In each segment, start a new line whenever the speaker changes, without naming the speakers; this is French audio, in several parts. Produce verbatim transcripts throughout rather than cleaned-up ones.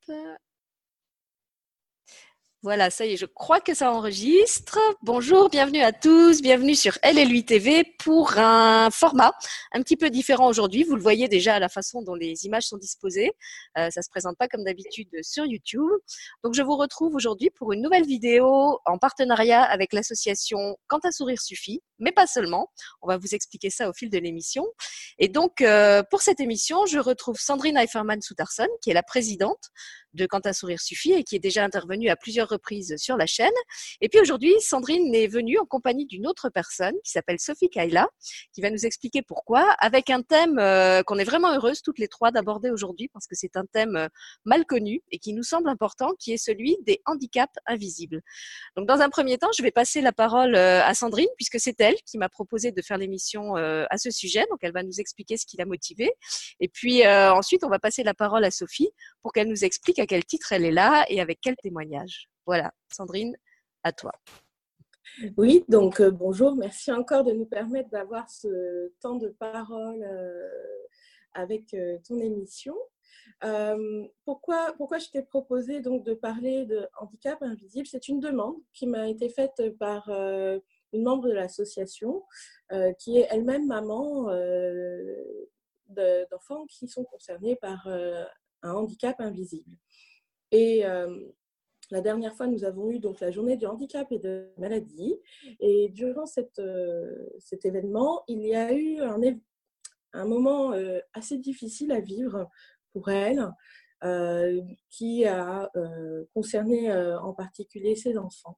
Voilà, ça y est, je crois que ça enregistre. Bonjour, bienvenue à tous, bienvenue sur L L huit T V pour un format un petit peu différent aujourd'hui. Vous le voyez déjà à la façon dont les images sont disposées. Euh, ça se présente pas comme d'habitude sur YouTube. Donc je vous retrouve aujourd'hui pour une nouvelle vidéo en partenariat avec l'association Quand un sourire suffit, mais pas seulement. On va vous expliquer ça au fil de l'émission. Et donc euh, pour cette émission, je retrouve Sandrine Eiferman-Soutarsson, qui est la présidente de Quand un sourire suffit et qui est déjà intervenue à plusieurs reprises sur la chaîne. Et puis aujourd'hui, Sandrine est venue en compagnie d'une autre personne qui s'appelle Sophie Kaila, qui va nous expliquer pourquoi, avec un thème euh, qu'on est vraiment heureuse toutes les trois d'aborder aujourd'hui parce que c'est un thème euh, mal connu et qui nous semble important, qui est celui des handicaps invisibles. Donc dans un premier temps, je vais passer la parole euh, à Sandrine puisque c'est elle qui m'a proposé de faire l'émission euh, à ce sujet. Donc elle va nous expliquer ce qui l'a motivée. Et puis euh, ensuite, on va passer la parole à Sophie pour qu'elle nous explique à quel titre elle est là et avec quel témoignage. Voilà, Sandrine, à toi.
Oui, donc euh, bonjour, merci encore de nous permettre d'avoir ce temps de parole euh, avec euh, ton émission. Euh, pourquoi, pourquoi je t'ai proposé donc de parler de handicap invisible? C'est une demande qui m'a été faite par euh, une membre de l'association euh, qui est elle-même maman euh, de, d'enfants qui sont concernés par euh, un handicap invisible. Et euh, la dernière fois, nous avons eu donc la journée du handicap et de la maladie. Et durant cette, euh, cet événement, il y a eu un, un moment euh, assez difficile à vivre pour elle, euh, qui a euh, concerné euh, en particulier ses enfants.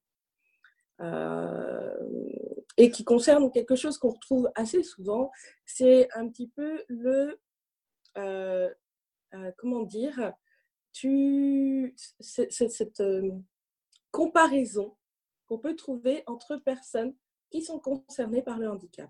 Euh, et qui concerne quelque chose qu'on retrouve assez souvent, c'est un petit peu le, euh, euh, comment dire, tu, c'est, c'est, cette euh, comparaison qu'on peut trouver entre personnes qui sont concernées par le handicap.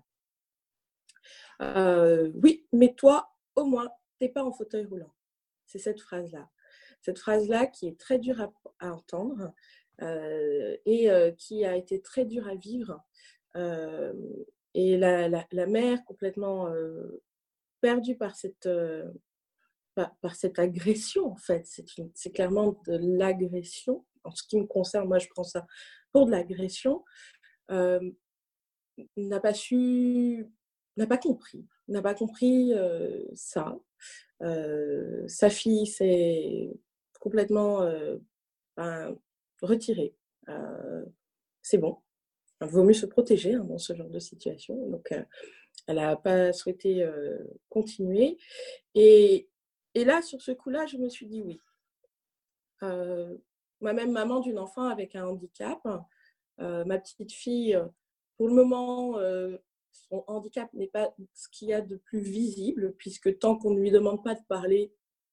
Euh, oui, mais toi, au moins, tu n'es pas en fauteuil roulant. C'est cette phrase-là. Cette phrase-là qui est très dure à, à entendre euh, et euh, qui a été très dure à vivre. Euh, et la, la, la mère complètement euh, perdue par cette, euh, par, par cette agression, en fait. C'est, une, c'est clairement de l'agression. En ce qui me concerne, moi, je prends ça pour de l'agression. Euh, n'a pas su, n'a pas compris, n'a pas compris euh, ça. Euh, sa fille s'est complètement euh, ben, retirée. Euh, c'est bon. Il vaut mieux se protéger hein, dans ce genre de situation. Donc, euh, elle n'a pas souhaité euh, continuer. Et, et là, sur ce coup-là, je me suis dit oui. Euh, moi-même, maman d'une enfant avec un handicap, euh, ma petite fille, pour le moment, euh, son handicap n'est pas ce qu'il y a de plus visible, puisque tant qu'on ne lui demande pas de parler,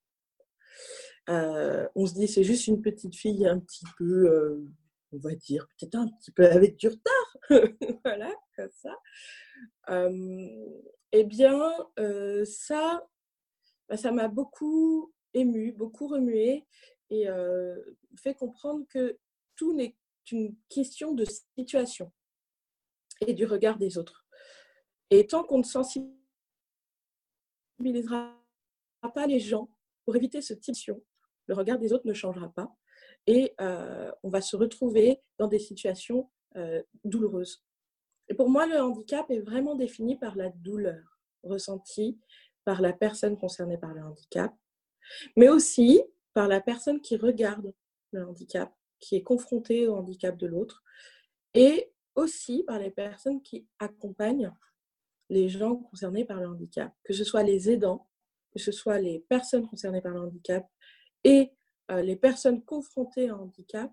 euh, on se dit c'est juste une petite fille un petit peu, euh, on va dire, peut-être un petit peu avec du retard. Voilà, comme ça. Euh, eh bien, euh, ça, ça m'a beaucoup émue, beaucoup remuée et euh, fait comprendre que tout n'est qu'une question de situation et du regard des autres. Et tant qu'on ne sensibilisera pas les gens pour éviter ce type de situation, le regard des autres ne changera pas et euh, on va se retrouver dans des situations euh, douloureuses. Et pour moi, le handicap est vraiment défini par la douleur ressentie par la personne concernée par le handicap, mais aussi par la personne qui regarde le handicap, qui est confrontée au handicap de l'autre, et aussi par les personnes qui accompagnent les gens concernés par le handicap, que ce soit les aidants, que ce soit les personnes concernées par le handicap et euh, les personnes confrontées au handicap.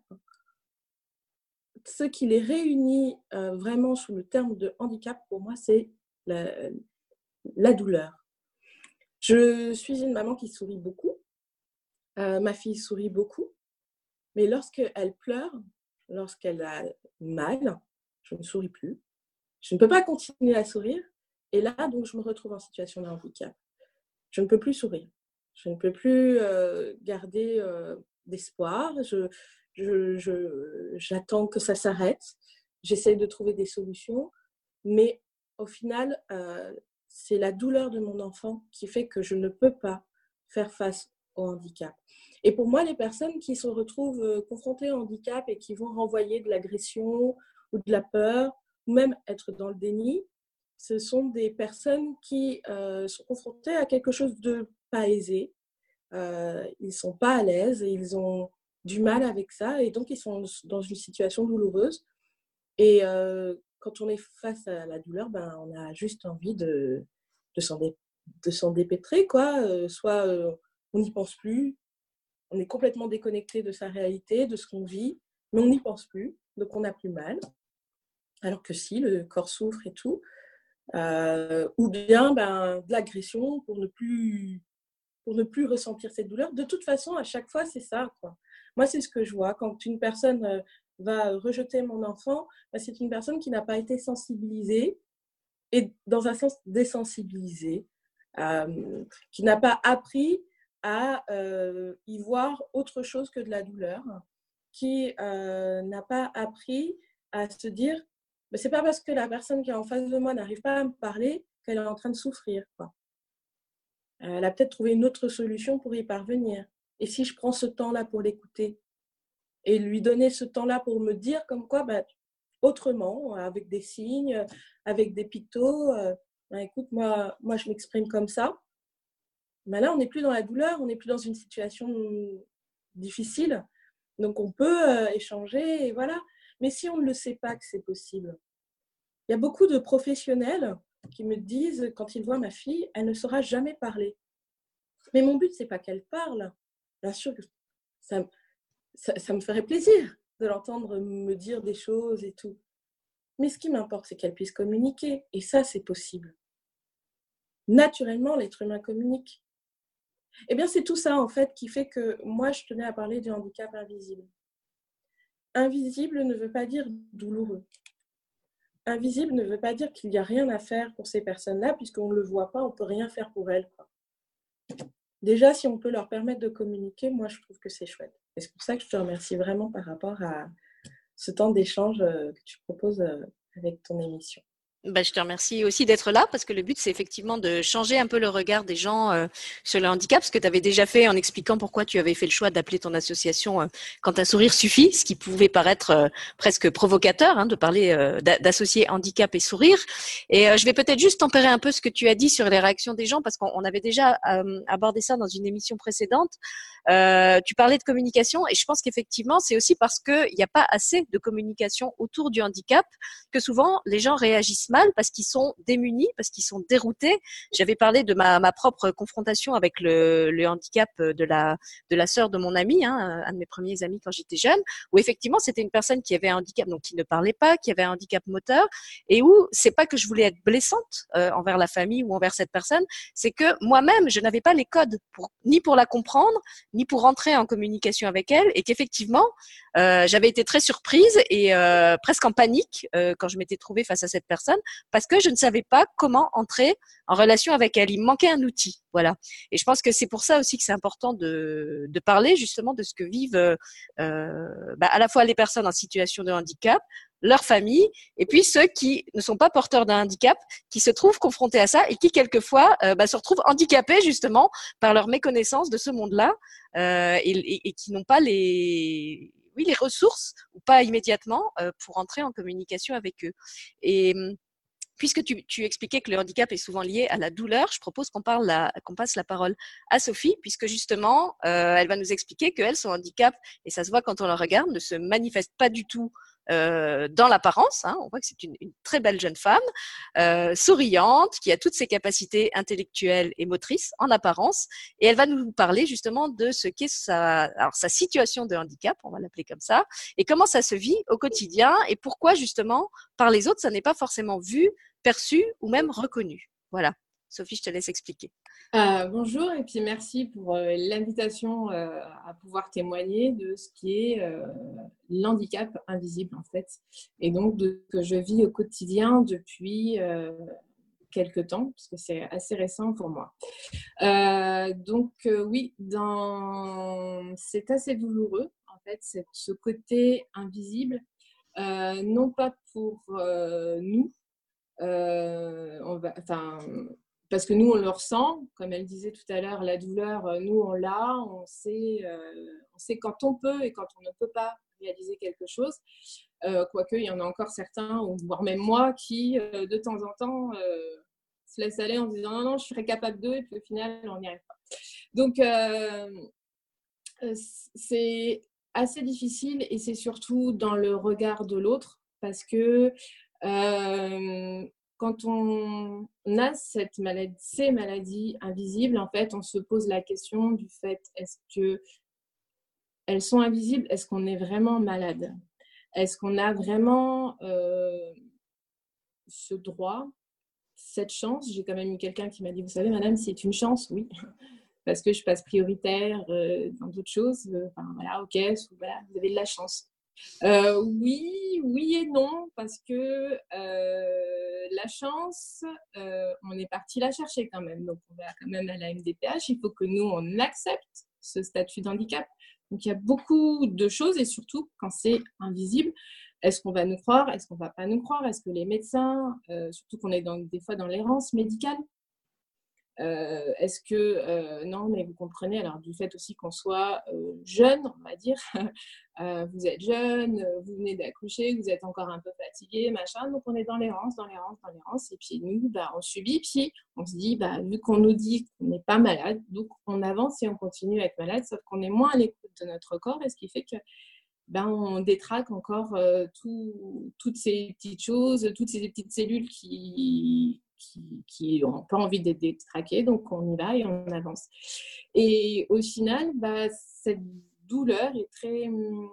Ce qui les réunit euh, vraiment sous le terme de handicap, pour moi, c'est la, la douleur. Je suis une maman qui sourit beaucoup. Euh, ma fille sourit beaucoup. Mais lorsqu'elle pleure, lorsqu'elle a mal, je ne souris plus. Je ne peux pas continuer à sourire. Et là, donc, je me retrouve en situation de handicap. Je ne peux plus sourire. Je ne peux plus euh, garder euh, d'espoir. Je, je, je, j'attends que ça s'arrête. J'essaie de trouver des solutions. Mais au final, euh, c'est la douleur de mon enfant qui fait que je ne peux pas faire face au handicap. Et pour moi, les personnes qui se retrouvent confrontées au handicap et qui vont renvoyer de l'agression ou de la peur, ou même être dans le déni, ce sont des personnes qui euh, sont confrontées à quelque chose de pas aisé. Euh, ils ne sont pas à l'aise et ils ont du mal avec ça et donc ils sont dans une situation douloureuse. Et euh, quand on est face à la douleur, ben, on a juste envie de, de, s'en, dé, de s'en dépêtrer, quoi. Euh, soit euh, on n'y pense plus, on est complètement déconnecté de sa réalité, de ce qu'on vit, mais on n'y pense plus, donc on n'a plus mal. Alors que si, le corps souffre et tout. Euh, ou bien ben, de l'agression pour ne plus pour ne plus ressentir cette douleur. De toute façon, à chaque fois, c'est ça, quoi. Moi, c'est ce que je vois. Quand une personne euh, va rejeter mon enfant, ben, c'est une personne qui n'a pas été sensibilisée et dans un sens désensibilisée, euh, qui n'a pas appris à euh, y voir autre chose que de la douleur, qui euh, n'a pas appris à se dire mais c'est pas parce que la personne qui est en face de moi n'arrive pas à me parler qu'elle est en train de souffrir, quoi. Elle a peut-être trouvé une autre solution pour y parvenir. Et si je prends ce temps-là pour l'écouter et lui donner ce temps-là pour me dire comme quoi, ben, autrement, avec des signes, avec des pictos, euh, ben, écoute, moi, moi je m'exprime comme ça. Ben là, on n'est plus dans la douleur, on n'est plus dans une situation difficile. Donc on peut euh, échanger, et voilà. Mais si on ne le sait pas que c'est possible, il y a beaucoup de professionnels qui me disent, quand ils voient ma fille, elle ne saura jamais parler. Mais mon but, c'est pas qu'elle parle. Bien sûr que ça, ça, ça me ferait plaisir de l'entendre me dire des choses et tout. Mais ce qui m'importe, c'est qu'elle puisse communiquer. Et ça, c'est possible. Naturellement, l'être humain communique. Eh bien, c'est tout ça, en fait, qui fait que moi, je tenais à parler du handicap invisible. Invisible ne veut pas dire douloureux. Invisible ne veut pas dire qu'il n'y a rien à faire pour ces personnes-là, puisqu'on ne le voit pas, on ne peut rien faire pour elles, quoi. Déjà, si on peut leur permettre de communiquer, moi, je trouve que c'est chouette. Et c'est pour ça que je te remercie vraiment par rapport à ce temps d'échange que tu proposes avec ton émission.
Ben, je te remercie aussi d'être là parce que le but, c'est effectivement de changer un peu le regard des gens euh, sur le handicap, ce que tu avais déjà fait en expliquant pourquoi tu avais fait le choix d'appeler ton association euh, Quand un sourire suffit, ce qui pouvait paraître euh, presque provocateur hein, de parler euh, d'associer handicap et sourire. Et euh, je vais peut-être juste tempérer un peu ce que tu as dit sur les réactions des gens parce qu'on avait déjà euh, abordé ça dans une émission précédente. Euh, tu parlais de communication et je pense qu'effectivement, c'est aussi parce qu'il n'y a pas assez de communication autour du handicap que souvent les gens réagissent mal parce qu'ils sont démunis, parce qu'ils sont déroutés. J'avais parlé de ma, ma propre confrontation avec le, le handicap de la, de la sœur de mon ami, hein, un de mes premiers amis quand j'étais jeune, où effectivement c'était une personne qui avait un handicap, donc qui ne parlait pas, qui avait un handicap moteur, et où c'est pas que je voulais être blessante euh, envers la famille ou envers cette personne, c'est que moi-même je n'avais pas les codes pour, ni pour la comprendre, ni pour rentrer en communication avec elle, et qu'effectivement euh, j'avais été très surprise et euh, presque en panique euh, quand je m'étais trouvée face à cette personne parce que je ne savais pas comment entrer en relation avec elle. Il me manquait un outil, voilà. Et je pense que c'est pour ça aussi que c'est important de, de parler justement de ce que vivent euh, bah, à la fois les personnes en situation de handicap, leur famille, et puis ceux qui ne sont pas porteurs d'un handicap, qui se trouvent confrontés à ça et qui quelquefois euh, bah, se retrouvent handicapés justement par leur méconnaissance de ce monde-là euh, et, et, et qui n'ont pas les oui les ressources ou pas immédiatement euh, pour entrer en communication avec eux. Et puisque tu, tu expliquais que le handicap est souvent lié à la douleur, je propose qu'on parle la, qu'on passe la parole à Sophie, puisque justement, euh, elle va nous expliquer qu'elle, son handicap, et ça se voit quand on la regarde, ne se manifeste pas du tout euh, dans l'apparence. Hein. On voit que c'est une, une très belle jeune femme, euh, souriante, qui a toutes ses capacités intellectuelles et motrices en apparence, et elle va nous parler justement de ce qu'est sa, alors, sa situation de handicap, on va l'appeler comme ça, et comment ça se vit au quotidien, et pourquoi justement, par les autres, ça n'est pas forcément vu, perçu ou même reconnu. Voilà. Sophie, je te laisse expliquer.
Euh, bonjour et puis merci pour euh, l'invitation euh, à pouvoir témoigner de ce qui est euh, l'handicap invisible en fait et donc de ce que je vis au quotidien depuis euh, quelques temps parce que c'est assez récent pour moi. Euh, donc euh, oui, dans... c'est assez douloureux en fait, c'est ce côté invisible, euh, non pas pour euh, nous, euh, on va, enfin parce que nous, on le ressent, comme elle disait tout à l'heure, la douleur, nous, on l'a, on sait, euh, on sait quand on peut et quand on ne peut pas réaliser quelque chose. Euh, quoique, il y en a encore certains, ou voire même moi, qui, euh, de temps en temps, euh, se laissent aller en se disant « non, non, je serais capable d'eux », et puis au final, on n'y arrive pas. Donc, euh, c'est assez difficile et c'est surtout dans le regard de l'autre parce que euh, quand on a cette maladie, ces maladies invisibles, en fait, on se pose la question du fait, est-ce qu'elles sont invisibles? Est-ce qu'on est vraiment malade? Est-ce qu'on a vraiment euh, ce droit, cette chance? J'ai quand même eu quelqu'un qui m'a dit, vous savez, madame, c'est une chance, oui. Parce que je passe prioritaire euh, dans d'autres choses. Enfin, voilà, ok, voilà, vous avez de la chance. Euh, oui, oui et non, parce que euh, la chance, euh, on est parti la chercher quand même. Donc, on va quand même à la M D P H. Il faut que nous, on accepte ce statut d'handicap. Donc, il y a beaucoup de choses et surtout, quand c'est invisible, est-ce qu'on va nous croire? Est-ce qu'on ne va pas nous croire? Est-ce que les médecins, euh, surtout qu'on est dans, des fois dans l'errance médicale, Euh, est-ce que, euh, non, mais vous comprenez, alors du fait aussi qu'on soit euh, jeune, on va dire, euh, vous êtes jeune, vous venez d'accoucher, vous êtes encore un peu fatigué, machin, donc on est dans l'errance, dans l'errance, dans l'errance, et puis nous, bah, on subit, puis on se dit, bah, vu qu'on nous dit qu'on n'est pas malade, donc on avance et on continue à être malade, sauf qu'on est moins à l'écoute de notre corps, et ce qui fait que ben, on détraque encore euh, tout, toutes ces petites choses, toutes ces petites cellules qui qui n'ont pas envie d'être détraquées, donc on y va et on avance. Et au final, bah, cette douleur est très,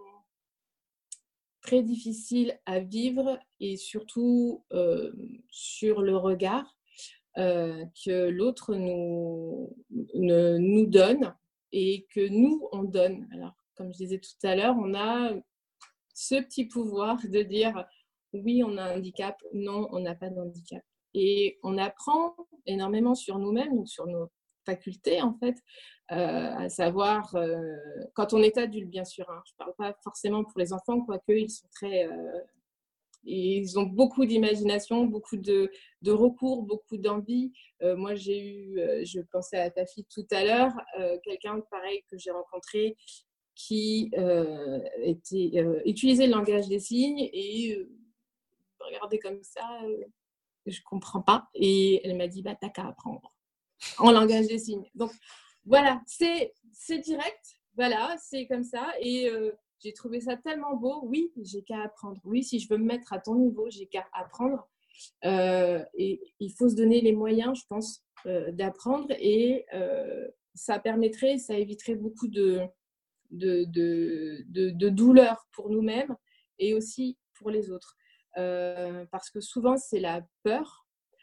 très difficile à vivre et surtout euh, sur le regard euh, que l'autre nous, ne, nous donne et que nous, on donne. Alors, comme je disais tout à l'heure, on a ce petit pouvoir de dire oui, on a un handicap, non, on n'a pas de handicap. Et on apprend énormément sur nous-mêmes, donc sur nos facultés en fait, euh, à savoir, euh, quand on est adulte bien sûr, hein, je ne parle pas forcément pour les enfants, quoique ils sont très... Euh, ils ont beaucoup d'imagination, beaucoup de, de recours, beaucoup d'envie. Euh, moi, j'ai eu, euh, je pensais à ta fille tout à l'heure, euh, quelqu'un pareil que j'ai rencontré qui euh, était, euh, utilisait le langage des signes et euh, regardait comme ça, euh, je comprends pas. Et elle m'a dit, bah, t'as qu'à apprendre en langage des signes. Donc, voilà, c'est, c'est direct. Voilà, c'est comme ça. Et euh, j'ai trouvé ça tellement beau. Oui, j'ai qu'à apprendre. Oui, si je veux me mettre à ton niveau, j'ai qu'à apprendre. Euh, et il faut se donner les moyens, je pense, euh, d'apprendre. Et euh, ça permettrait, ça éviterait beaucoup de, de, de, de, de douleur pour nous-mêmes et aussi pour les autres. Euh, parce que souvent, c'est la peur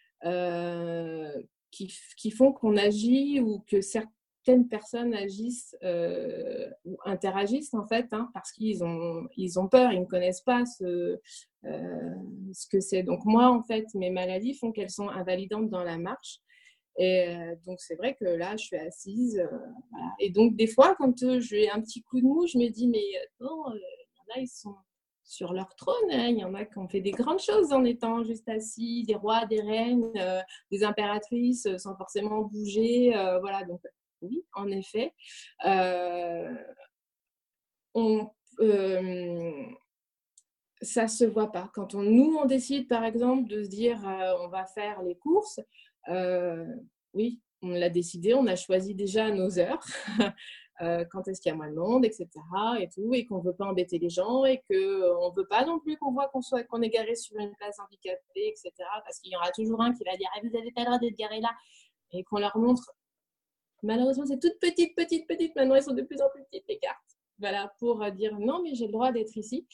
euh, qui, qui font qu'on agit ou que certaines personnes agissent euh, ou interagissent en fait, hein, parce qu'ils ont, ils ont peur, ils ne connaissent pas ce, euh, ce que c'est. Donc moi, en fait, mes maladies font qu'elles sont invalidantes dans la marche. Et euh, donc, c'est vrai que là, je suis assise. Euh, voilà. Et donc, des fois, quand euh, j'ai un petit coup de mou, je me dis, mais euh, non, il euh, y en a, ils sont sur leur trône. Hein. Il y en a qui ont fait des grandes choses en étant juste assis, des rois, des reines, euh, des impératrices, euh, sans forcément bouger. Euh, voilà, donc oui, en effet. Euh, on, euh, ça ne se voit pas. Quand on, nous, on décide, par exemple, de se dire, euh, on va faire les courses, euh, oui, on l'a décidé, on a choisi déjà nos heures, euh, quand est-ce qu'il y a moins de monde, et cetera. Et tout, et qu'on ne veut pas embêter les gens, et qu'on ne veut pas non plus qu'on voit qu'on, soit, qu'on est garé sur une place handicapée, et cetera. Parce qu'il y aura toujours un qui va dire, eh, vous n'avez pas le droit d'être garé là, et qu'on leur montre. Malheureusement, c'est toutes petites, petites, petites. Maintenant, elles sont de plus en plus petites, les cartes. Voilà, pour dire, non, mais j'ai le droit d'être ici.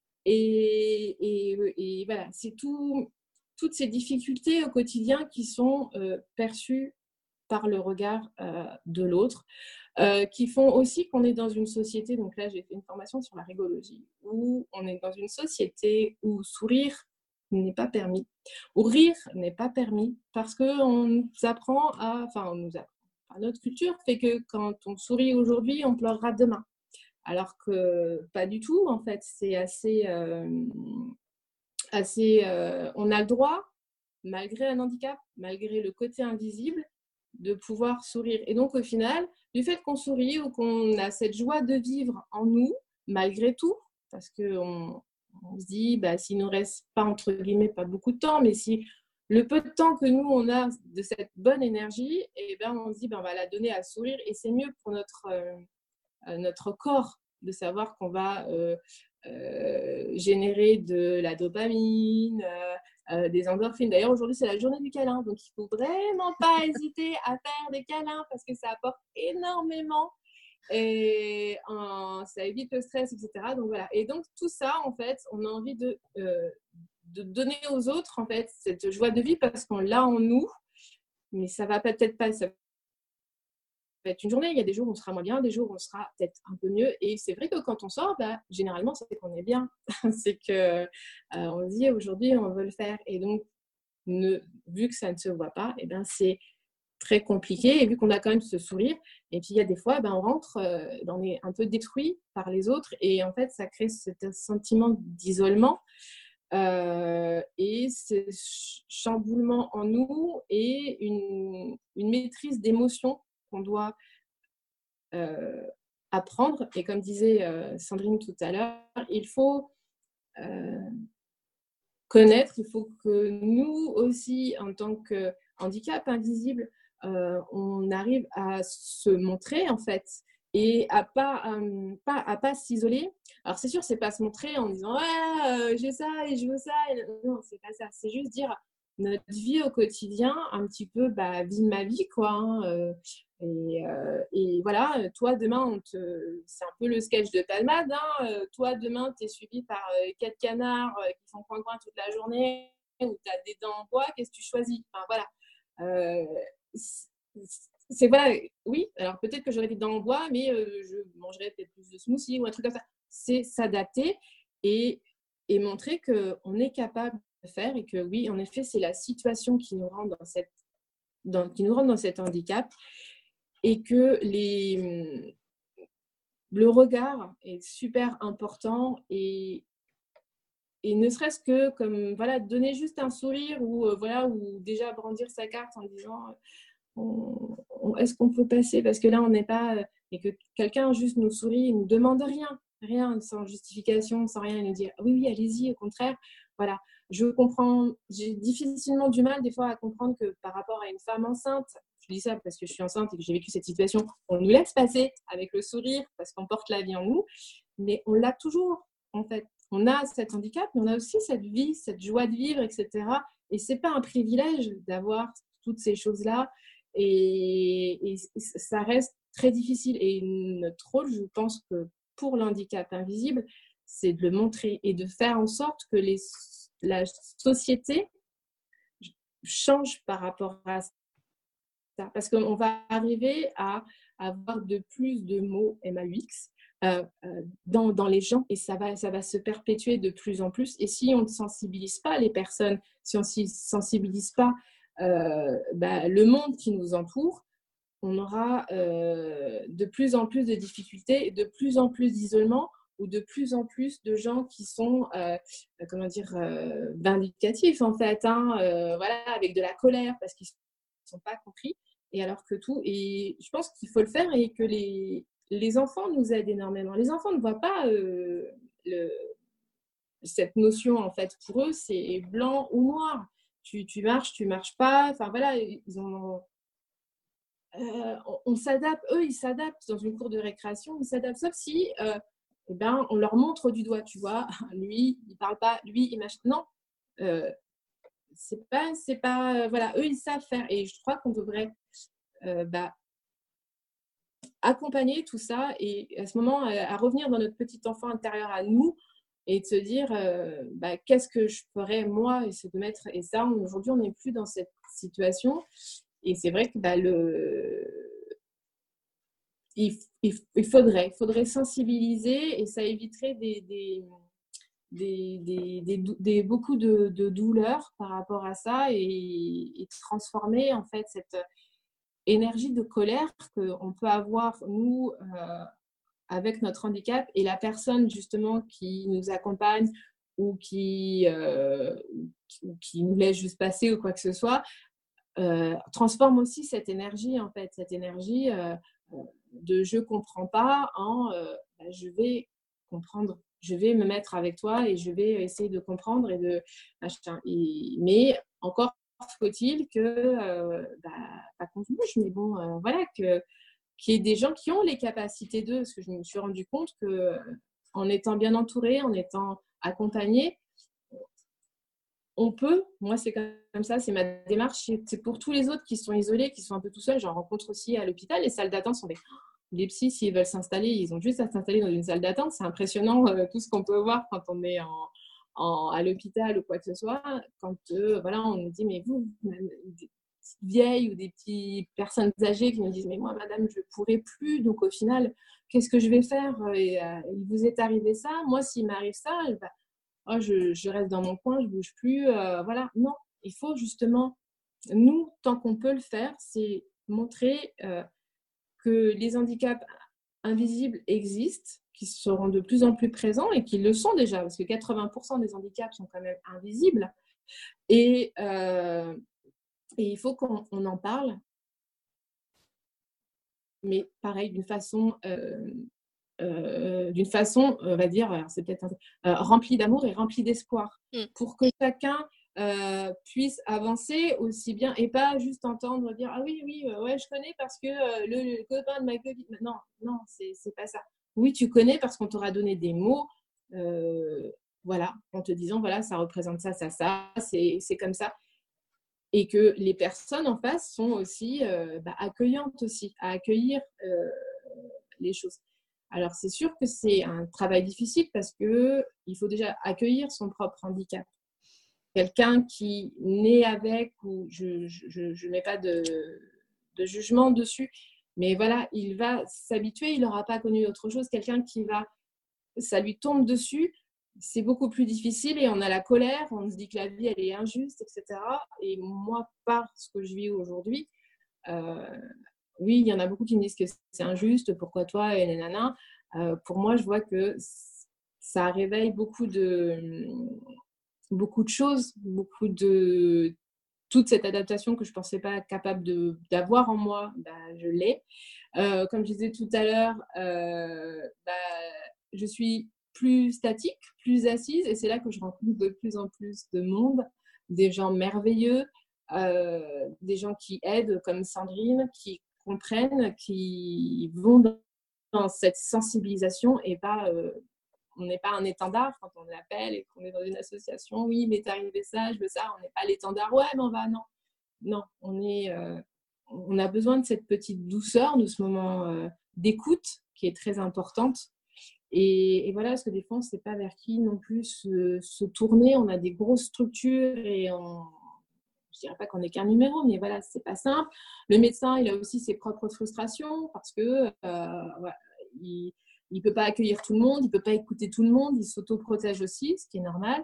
Et, et, et voilà, c'est tout, toutes ces difficultés au quotidien qui sont euh, perçues par le regard euh, de l'autre, euh, qui font aussi qu'on est dans une société, donc là j'ai fait une formation sur la rigologie, où on est dans une société où sourire n'est pas permis, où rire n'est pas permis, parce qu'on nous apprend à, enfin on nous apprend, enfin, notre culture fait que quand on sourit aujourd'hui, on pleurera demain. Alors que pas du tout, en fait, c'est assez, euh, assez euh, on a le droit malgré un handicap, malgré le côté invisible, de pouvoir sourire. Et donc, au final, du fait qu'on sourit ou qu'on a cette joie de vivre en nous, malgré tout, parce qu'on on se dit, bah, s'il ne nous reste pas, entre guillemets, pas beaucoup de temps, mais si le peu de temps que nous, on a de cette bonne énergie, et ben, on se dit, ben, on va la donner à sourire. Et c'est mieux pour notre, euh, notre corps de savoir qu'on va euh, euh, générer de la dopamine, euh, euh, des endorphines. D'ailleurs, aujourd'hui, c'est la journée du câlin, donc il ne faut vraiment pas hésiter à faire des câlins parce que ça apporte énormément et euh, ça évite le stress, et cetera. Donc voilà. Et donc tout ça, en fait, on a envie de, euh, de donner aux autres, en fait, cette joie de vie parce qu'on l'a en nous, mais ça va peut-être pas. Ça va être une journée. Il y a des jours où on sera moins bien, des jours où on sera peut-être un peu mieux. Et c'est vrai que quand on sort, bah, généralement, c'est qu'on est bien. c'est que euh, on se dit aujourd'hui, on veut le faire. Et donc, ne, vu que ça ne se voit pas, et ben c'est très compliqué. Et vu qu'on a quand même ce sourire, et puis il y a des fois, ben, on rentre, euh, on est un peu détruit par les autres. Et en fait, ça crée ce sentiment d'isolement. Euh, et ce chamboulement en nous et une, une maîtrise d'émotions qu'on doit euh, apprendre. Et comme disait euh, Sandrine tout à l'heure, il faut euh, connaître, il faut que nous aussi, en tant que handicap invisible, euh, on arrive à se montrer en fait et à pas, euh, pas, à pas s'isoler. Alors c'est sûr, c'est pas se montrer en disant ouais, euh, j'ai ça et je veux ça. Et... Non, c'est pas ça. C'est juste dire notre vie au quotidien, un petit peu, bah, vie ma vie, quoi. Hein, euh, et, euh, et voilà, toi demain, on te... c'est un peu le sketch de Palmade. Hein, euh, toi demain, tu es suivi par euh, quatre canards euh, qui font coin-coin toute la journée, ou tu as des dents en bois, qu'est-ce que tu choisis? Enfin voilà. Euh, c'est voilà, oui, alors peut-être que j'aurais des dents en bois, mais euh, je mangerais peut-être plus de smoothie ou un truc comme ça. C'est s'adapter et, et montrer qu'on est capable de faire et que oui, en effet, c'est la situation qui nous rend dans, cette, dans, qui nous rend dans cet handicap et que les, le regard est super important et, et ne serait-ce que comme voilà, donner juste un sourire ou, euh, voilà, ou déjà brandir sa carte en disant... On, on, est-ce qu'on peut passer parce que là on n'est pas euh, et que quelqu'un juste nous sourit, il nous demande rien, rien, sans justification, sans rien, il nous dit oui oui allez-y, au contraire, voilà. Je comprends, j'ai difficilement du mal des fois à comprendre que par rapport à une femme enceinte, je dis ça parce que je suis enceinte et que j'ai vécu cette situation, on nous laisse passer avec le sourire parce qu'on porte la vie en nous, mais on l'a toujours en fait. On a cet handicap, mais on a aussi cette vie, cette joie de vivre, et cetera. Et c'est pas un privilège d'avoir toutes ces choses-là. Et, et ça reste très difficile. Et notre rôle, je pense que pour l'handicap invisible, c'est de le montrer et de faire en sorte que les, la société change par rapport à ça. Parce qu'on va arriver à avoir de plus de mots M A U X euh, euh, dans, dans les gens et ça va, ça va se perpétuer de plus en plus. Et si on ne sensibilise pas les personnes, si on ne sensibilise pas Euh, bah, le monde qui nous entoure, on aura euh, de plus en plus de difficultés, de plus en plus d'isolement ou de plus en plus de gens qui sont, euh, comment dire, euh, vindicatifs en fait, hein, euh, voilà, avec de la colère parce qu'ils ne sont pas compris. Et alors que tout, et je pense qu'il faut le faire et que les, les enfants nous aident énormément. Les enfants ne voient pas euh, le, cette notion en fait. Pour eux, c'est blanc ou noir. Tu, tu marches, tu marches pas. Enfin voilà, ils ont, euh, on, on s'adapte. Eux, ils s'adaptent dans une cour de récréation. Ils s'adaptent, sauf si, euh, eh ben, on leur montre du doigt. Tu vois, lui, il parle pas. Lui, il marche. Non, euh, c'est pas, c'est pas. Euh, voilà, eux, ils savent faire. Et je crois qu'on devrait, euh, bah, accompagner tout ça et à ce moment, à, à revenir dans notre petit enfant intérieur à nous. Et de se dire, euh, bah, qu'est-ce que je ferais moi et, c'est de mettre, et ça, aujourd'hui, on n'est plus dans cette situation. Et c'est vrai que bah, le... il, il, il, faudrait, il faudrait sensibiliser et ça éviterait des, des, des, des, des, des, beaucoup de, de douleurs par rapport à ça et, et transformer en fait cette énergie de colère qu'on peut avoir, nous, euh, avec notre handicap et la personne justement qui nous accompagne ou qui, euh, ou qui nous laisse juste passer ou quoi que ce soit, euh, transforme aussi cette énergie, en fait, cette énergie euh, de je comprends pas en euh, bah, je vais comprendre, je vais me mettre avec toi et je vais essayer de comprendre et de machin. Et, mais encore faut-il que euh, bah, pas qu'on se bouge, mais bon, euh, voilà, que qu'il y ait des gens qui ont les capacités d'eux, parce que je me suis rendu compte que en étant bien entouré, en étant accompagné, on peut, moi c'est comme ça, c'est ma démarche, c'est pour tous les autres qui sont isolés, qui sont un peu tout seuls. J'en rencontre aussi à l'hôpital, les salles d'attente sont des... Les psys, s'ils veulent s'installer, ils ont juste à s'installer dans une salle d'attente. C'est impressionnant euh, tout ce qu'on peut voir quand on est en, en, à l'hôpital ou quoi que ce soit. Quand euh, voilà, on nous dit, mais vous, des petites vieilles ou des petites personnes âgées qui nous disent, mais moi, madame, je ne pourrai plus. Donc au final, qu'est-ce que je vais faire? Et euh, il vous est arrivé ça. Moi, s'il m'arrive ça, bah, oh, je, je reste dans mon coin, je ne bouge plus. Euh, voilà, non, il faut justement, nous, tant qu'on peut le faire, c'est montrer... Euh, que les handicaps invisibles existent, qui seront de plus en plus présents et qui le sont déjà, parce que quatre-vingts pour cent des handicaps sont quand même invisibles. Et, euh, et il faut qu'on on en parle, mais pareil, d'une façon, euh, euh, d'une façon, on va dire, alors c'est peut-être un, euh, remplie d'amour et remplie d'espoir, mm. pour que chacun Euh, puisse avancer aussi bien et pas juste entendre dire ah oui oui euh, ouais je connais parce que euh, le, le copain de ma copine, non non c'est c'est pas ça. Oui, tu connais parce qu'on t'aura donné des mots euh, voilà, en te disant voilà, ça représente ça ça ça, c'est c'est comme ça, et que les personnes en face sont aussi euh, bah, accueillantes aussi à accueillir euh, les choses. Alors c'est sûr que c'est un travail difficile parce que il faut déjà accueillir son propre handicap. Quelqu'un qui naît avec, ou je ne mets pas de, de jugement dessus, mais voilà, il va s'habituer, il n'aura pas connu autre chose. Quelqu'un qui va, ça lui tombe dessus, c'est beaucoup plus difficile et on a la colère, on se dit que la vie, elle est injuste, et cetera. Et moi, par ce que je vis aujourd'hui, euh, oui, il y en a beaucoup qui me disent que c'est injuste, pourquoi toi et nanana. Euh, pour moi, je vois que ça réveille beaucoup de... beaucoup de choses, beaucoup de... toute cette adaptation que je ne pensais pas capable de, d'avoir en moi, bah, je l'ai. Euh, comme je disais tout à l'heure, euh, bah, je suis plus statique, plus assise, et c'est là que je rencontre de plus en plus de monde, des gens merveilleux, euh, des gens qui aident comme Sandrine, qui comprennent, qui vont dans, dans cette sensibilisation et pas... Euh, on n'est pas un étendard quand on l'appelle et qu'on est dans une association. Oui, mais t'es arrivé ça, je veux ça. On n'est pas l'étendard. Ouais, mais on va, non. Non, on, est, euh, on a besoin de cette petite douceur, de ce moment euh, d'écoute qui est très importante. Et, et voilà, parce que des fois, on ne sait pas vers qui non plus se, se tourner. On a des grosses structures et on... je ne dirais pas qu'on n'est qu'un numéro, mais voilà, ce n'est pas simple. Le médecin, il a aussi ses propres frustrations parce que euh, voilà, il... il ne peut pas accueillir tout le monde, il ne peut pas écouter tout le monde, il s'auto-protège aussi, ce qui est normal.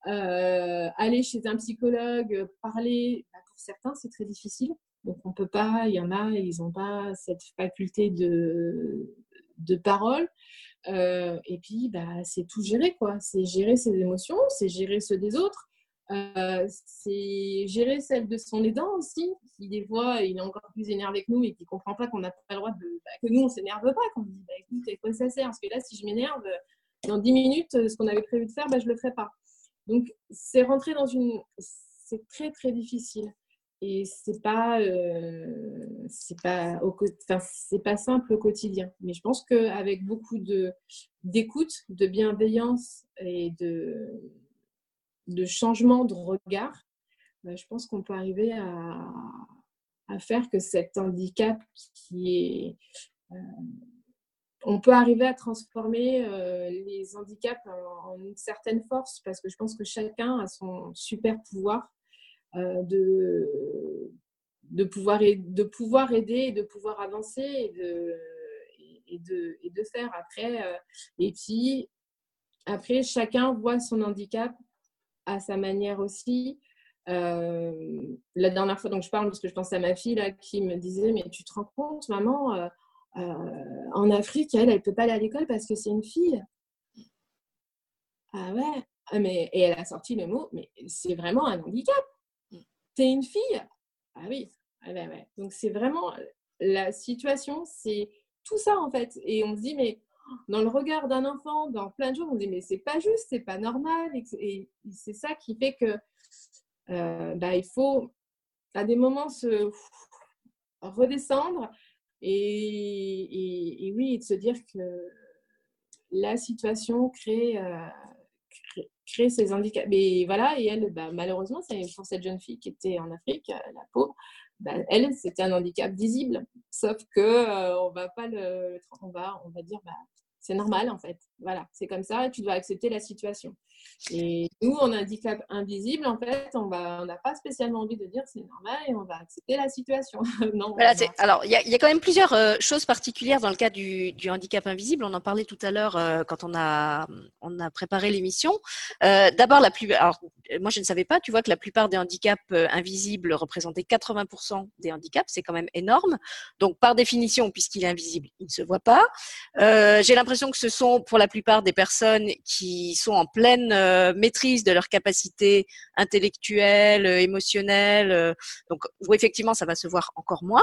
Euh, aller chez un psychologue, parler, bah pour certains, c'est très difficile. Donc, on ne peut pas, il y en a, ils n'ont pas cette faculté de, de parole. Euh, et puis, bah, c'est tout gérer, quoi. C'est gérer ses émotions, c'est gérer ceux des autres. Euh, c'est gérer celle de son aidant aussi, qui des fois il est encore plus énervé que nous et qui ne comprend pas qu'on n'a pas le droit de, bah, que nous on ne s'énerve pas, qu'on dit bah, écoute, à quoi ça sert, parce que là si je m'énerve dans dix minutes, ce qu'on avait prévu de faire, bah, je ne le ferai pas. Donc c'est rentrer dans une, c'est très très difficile et c'est pas euh, c'est pas au... enfin, c'est pas simple au quotidien, mais je pense qu'avec beaucoup de d'écoute, de bienveillance et de de changement de regard, bah, je pense qu'on peut arriver à, à faire que cet handicap qui est... Euh, on peut arriver à transformer euh, les handicaps en, en une certaine force, parce que je pense que chacun a son super pouvoir euh, de, de, pouvoir, de pouvoir aider et de pouvoir avancer et de, et de, et de faire après. Euh, et puis, après, chacun voit son handicap à sa manière aussi. Euh, la dernière fois, donc je parle parce que je pense à ma fille là, qui me disait mais tu te rends compte maman, euh, euh, en Afrique elle elle peut pas aller à l'école parce que c'est une fille. Ah ouais, ah, mais, et elle a sorti le mot, mais c'est vraiment un handicap. T'es une fille? Ah oui. Ah ben ouais. Donc, c'est vraiment la situation, c'est tout ça en fait. Et on se dit, mais dans le regard d'un enfant, dans plein de choses, on se dit, mais c'est pas juste, c'est pas normal. Et, et c'est ça qui fait que euh, bah, il faut à des moments se redescendre et, et, et oui, de se dire que la situation crée, euh, crée, crée ces handicaps. Mais voilà, et elle, bah, malheureusement, c'est pour cette jeune fille qui était en Afrique, la pauvre, bah, elle, c'était un handicap visible. Sauf que euh, on va pas le, on va, on va dire, bah, c'est normal en fait. Voilà, c'est comme ça, et tu dois accepter la situation. Et nous, on a un handicap invisible, en fait, on va, on n'a pas spécialement envie de dire c'est normal et on va accepter la situation. Non,
Voilà,
va...
c'est, alors, il y a, y a quand même plusieurs euh, choses particulières dans le cas du, du handicap invisible. On en parlait tout à l'heure euh, quand on a, on a préparé l'émission. Euh, d'abord, la plus, alors, moi, je ne savais pas, tu vois, que la plupart des handicaps euh, invisibles représentaient quatre-vingts pour cent des handicaps. C'est quand même énorme. Donc, par définition, puisqu'il est invisible, il ne se voit pas. Euh, j'ai l'impression que ce sont, pour la plupart des personnes qui sont en pleine euh, maîtrise de leurs capacités intellectuelles, euh, émotionnelles. Euh, donc, où effectivement, ça va se voir encore moins.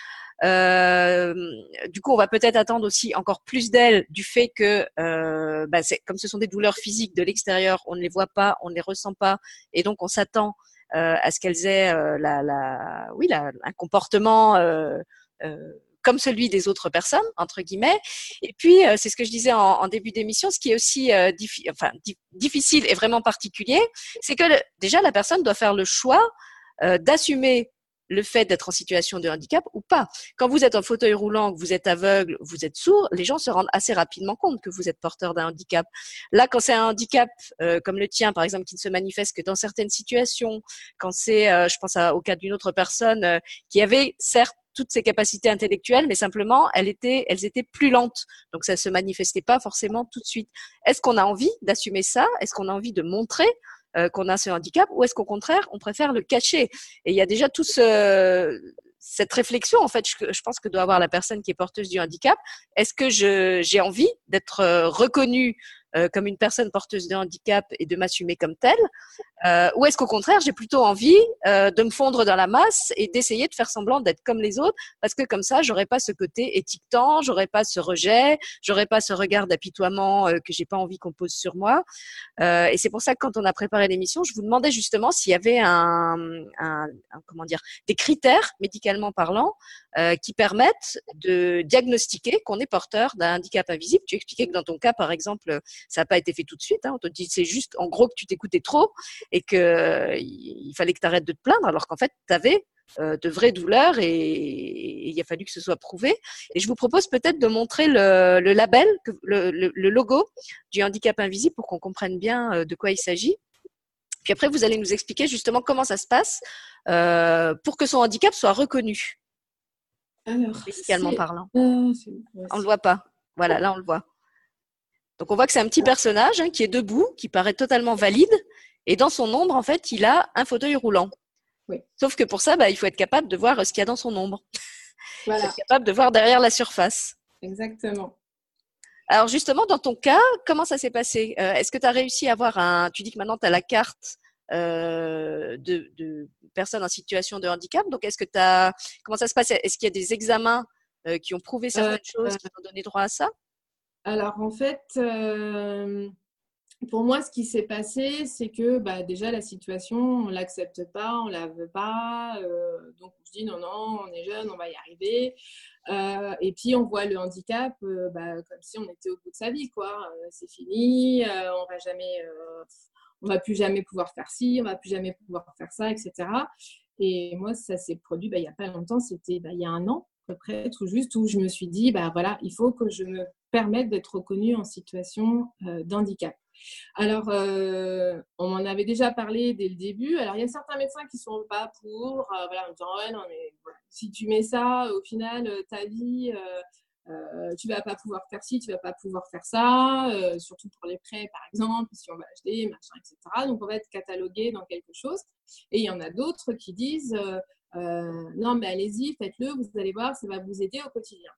Euh, du coup, on va peut-être attendre aussi encore plus d'elles du fait que, euh, bah, c'est, comme ce sont des douleurs physiques de l'extérieur, on ne les voit pas, on ne les ressent pas, et donc on s'attend euh, à ce qu'elles aient euh, la, la, oui, la, un comportement euh, euh, comme celui des autres personnes, entre guillemets. Et puis, euh, c'est ce que je disais en, en début d'émission, ce qui est aussi euh, diffi- enfin, di- difficile et vraiment particulier, c'est que le, déjà la personne doit faire le choix euh, d'assumer le fait d'être en situation de handicap ou pas. Quand vous êtes en fauteuil roulant, que vous êtes aveugle, vous êtes sourd, les gens se rendent assez rapidement compte que vous êtes porteur d'un handicap. Là, quand c'est un handicap euh, comme le tien, par exemple, qui ne se manifeste que dans certaines situations, quand c'est, euh, je pense à, au cas d'une autre personne euh, qui avait certes toutes ses capacités intellectuelles, mais simplement, elles étaient, elles étaient plus lentes. Donc, ça se manifestait pas forcément tout de suite. Est-ce qu'on a envie d'assumer ça? Est-ce qu'on a envie de montrer euh, qu'on a ce handicap, ou est-ce qu'au contraire, on préfère le cacher? Et il y a déjà tout ce, cette réflexion, en fait, je, je pense que doit avoir la personne qui est porteuse du handicap. Est-ce que je, j'ai envie d'être euh, reconnue euh, comme une personne porteuse de handicap et de m'assumer comme telle? Euh, ou est-ce qu'au contraire, j'ai plutôt envie euh, de me fondre dans la masse et d'essayer de faire semblant d'être comme les autres, parce que comme ça, j'aurais pas ce côté étiquetant, j'aurais pas ce rejet, j'aurais pas ce regard d'apitoiement euh, que j'ai pas envie qu'on pose sur moi. Euh, et c'est pour ça que quand on a préparé l'émission, je vous demandais justement s'il y avait un, un, un comment dire, des critères médicalement parlant euh, qui permettent de diagnostiquer qu'on est porteur d'un handicap invisible. Tu expliquais que dans ton cas, par exemple, ça n'a pas été fait tout de suite. Hein. On te dit c'est juste en gros que tu t'écoutais trop et que euh, il fallait que tu arrêtes de te plaindre, alors qu'en fait, tu avais euh, de vraies douleurs et, et il a fallu que ce soit prouvé. Et je vous propose peut-être de montrer le, le label, le, le, le logo du handicap invisible pour qu'on comprenne bien de quoi il s'agit. Puis après, vous allez nous expliquer justement comment ça se passe euh, pour que son handicap soit reconnu,
Alors,
médicalement
c'est...
parlant.
Euh, c'est...
On ne le voit pas. Voilà, là on le voit. Donc on voit que c'est un petit personnage hein, qui est debout, qui paraît totalement valide, et dans son ombre, en fait, il a un fauteuil roulant.
Oui.
Sauf que pour ça, bah, il faut être capable de voir ce qu'il y a dans son ombre.
Voilà.
Il faut être capable de voir derrière la surface.
Exactement.
Alors justement, dans ton cas, comment ça s'est passé? euh, Est-ce que tu as réussi à avoir un... Tu dis que maintenant tu as la carte euh, de, de personnes en situation de handicap. Donc est-ce que tu as... Comment ça se passe? Est-ce qu'il y a des examens euh, qui ont prouvé certaines
Euh,
choses, qui t'ont donné droit à ça?
Alors en fait, euh, pour moi, ce qui s'est passé, c'est que bah, déjà la situation, on ne l'accepte pas, on ne la veut pas. Euh, donc on se dit non, non, on est jeune, on va y arriver. Euh, et puis on voit le handicap euh, bah, comme si on était au bout de sa vie, quoi. Euh, c'est fini, euh, on va jamais, euh, on va plus jamais pouvoir faire ci, on va plus jamais pouvoir faire ça, et cetera. Et moi, ça s'est produit bah, il n'y a pas longtemps, c'était bah, il y a un an à peu près, tout juste, où je me suis dit, bah voilà, il faut que je me permette d'être reconnue en situation euh, d'handicap. Alors, euh, on m'en avait déjà parlé dès le début. Alors, il y a certains médecins qui ne sont pas pour, euh, voilà, en disant, ouais, non, mais voilà, si tu mets ça, au final, ta vie, euh, euh, tu ne vas pas pouvoir faire ci, tu ne vas pas pouvoir faire ça, euh, surtout pour les prêts, par exemple, si on va acheter, machin, et cetera. Donc, on va être catalogué dans quelque chose. Et il y en a d'autres qui disent, euh, euh, non, mais allez-y, faites-le, vous allez voir, ça va vous aider au quotidien.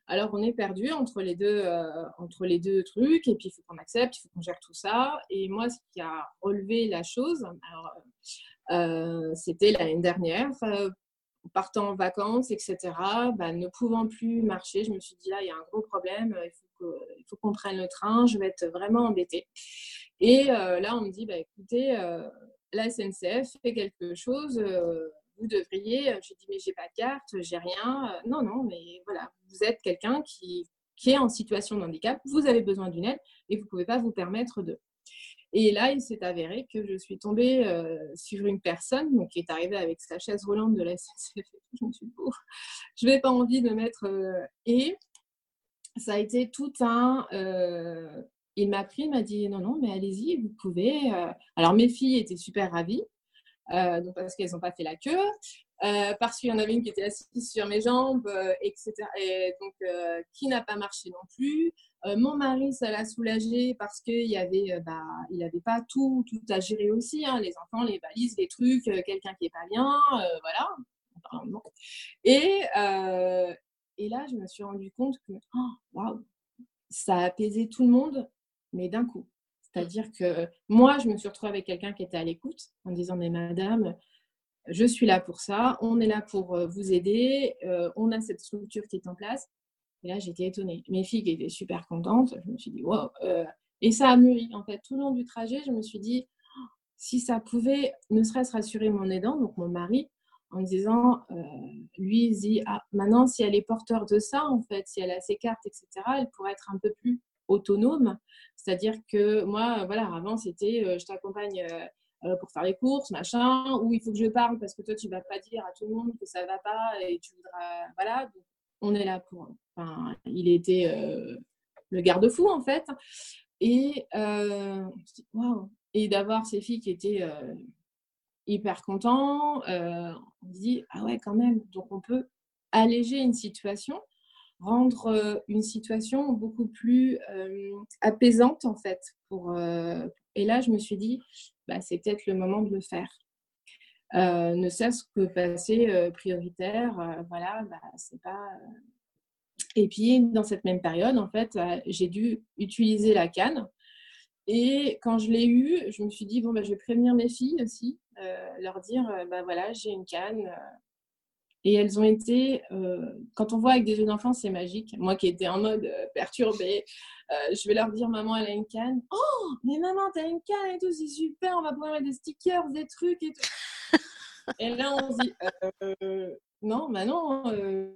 Alors, on est perdu entre les deux, euh, entre les deux trucs, et puis il faut qu'on accepte, il faut qu'on gère tout ça. Et moi, ce qui a relevé la chose, alors, euh, c'était l'année dernière, euh, partant en vacances, et cetera, bah, ne pouvant plus marcher, je me suis dit, là, il y a un gros problème, il faut, que, il faut qu'on prenne le train, je vais être vraiment embêtée. Et euh, là, on me dit, bah, écoutez, euh, la S N C F fait quelque chose, euh, vous devriez. Je dis, mais j'ai pas de carte, j'ai rien. Euh, non, non, mais voilà, vous êtes quelqu'un qui, qui est en situation de handicap, vous avez besoin d'une aide et vous ne pouvez pas vous permettre de. Et là, il s'est avéré que je suis tombée euh, sur une personne donc, qui est arrivée avec sa chaise roulante de la S N C F. Je me suis dit, oh, je n'avais pas envie de mettre. Euh, et ça a été tout un. Euh, il m'a pris, il m'a dit non, non, mais allez-y, vous pouvez. Euh... Alors, mes filles étaient super ravies, euh, donc parce qu'elles n'ont pas fait la queue, euh, parce qu'il y en avait une qui était assise sur mes jambes, euh, et cetera. Et donc, euh, qui n'a pas marché non plus. Euh, mon mari, ça l'a soulagé parce qu'il y avait, euh, bah, il n'avait pas tout, tout à gérer aussi, hein, les enfants, les valises, les trucs, euh, quelqu'un qui n'est pas bien, euh, voilà. Et, euh, et là, je me suis rendu compte que oh, waouh, ça a apaisé tout le monde, mais d'un coup. C'est-à-dire que moi, je me suis retrouvée avec quelqu'un qui était à l'écoute en disant, mais madame, je suis là pour ça, on est là pour vous aider, euh, on a cette structure qui est en place. Et là, j'étais étonnée. Mes filles qui étaient super contentes, je me suis dit, wow. Euh, et ça a mûri. En fait, tout le long du trajet, je me suis dit, oh, si ça pouvait, ne serait-ce rassurer mon aidant, donc mon mari, en me disant, euh, lui, il dit, ah, maintenant, si elle est porteur de ça, en fait, si elle a ses cartes, et cetera, elle pourrait être un peu plus autonome. C'est-à-dire que moi, voilà, avant, c'était, euh, je t'accompagne euh, pour faire les courses, machin, ou il faut que je parle parce que toi, tu ne vas pas dire à tout le monde que ça ne va pas et tu voudras, voilà. Donc, on est là pour, enfin, il était euh, le garde-fou, en fait. Et, euh, wow. Et d'avoir ces filles qui étaient euh, hyper contents, euh, on se dit, ah ouais, quand même, donc on peut alléger une situation, rendre euh, une situation beaucoup plus euh, apaisante, en fait. Pour, euh, et là, je me suis dit, bah, c'est peut-être le moment de le faire. Euh, ne serait-ce que passer euh, prioritaire, euh, voilà, bah, c'est pas... Euh... Et puis, dans cette même période, en fait, euh, j'ai dû utiliser la canne. Et quand je l'ai eue, je me suis dit, bon, bah, je vais prévenir mes filles aussi, euh, leur dire, euh, bah, voilà, j'ai une canne. Et elles ont été, euh, quand on voit avec des jeux d'enfants, c'est magique. Moi qui étais en mode euh, perturbée, euh, je vais leur dire, maman, elle a une canne. Oh, mais maman, t'as une canne et tout, c'est super, on va pouvoir mettre des stickers, des trucs et tout. Et là, on se dit, euh, non, bah non. Euh,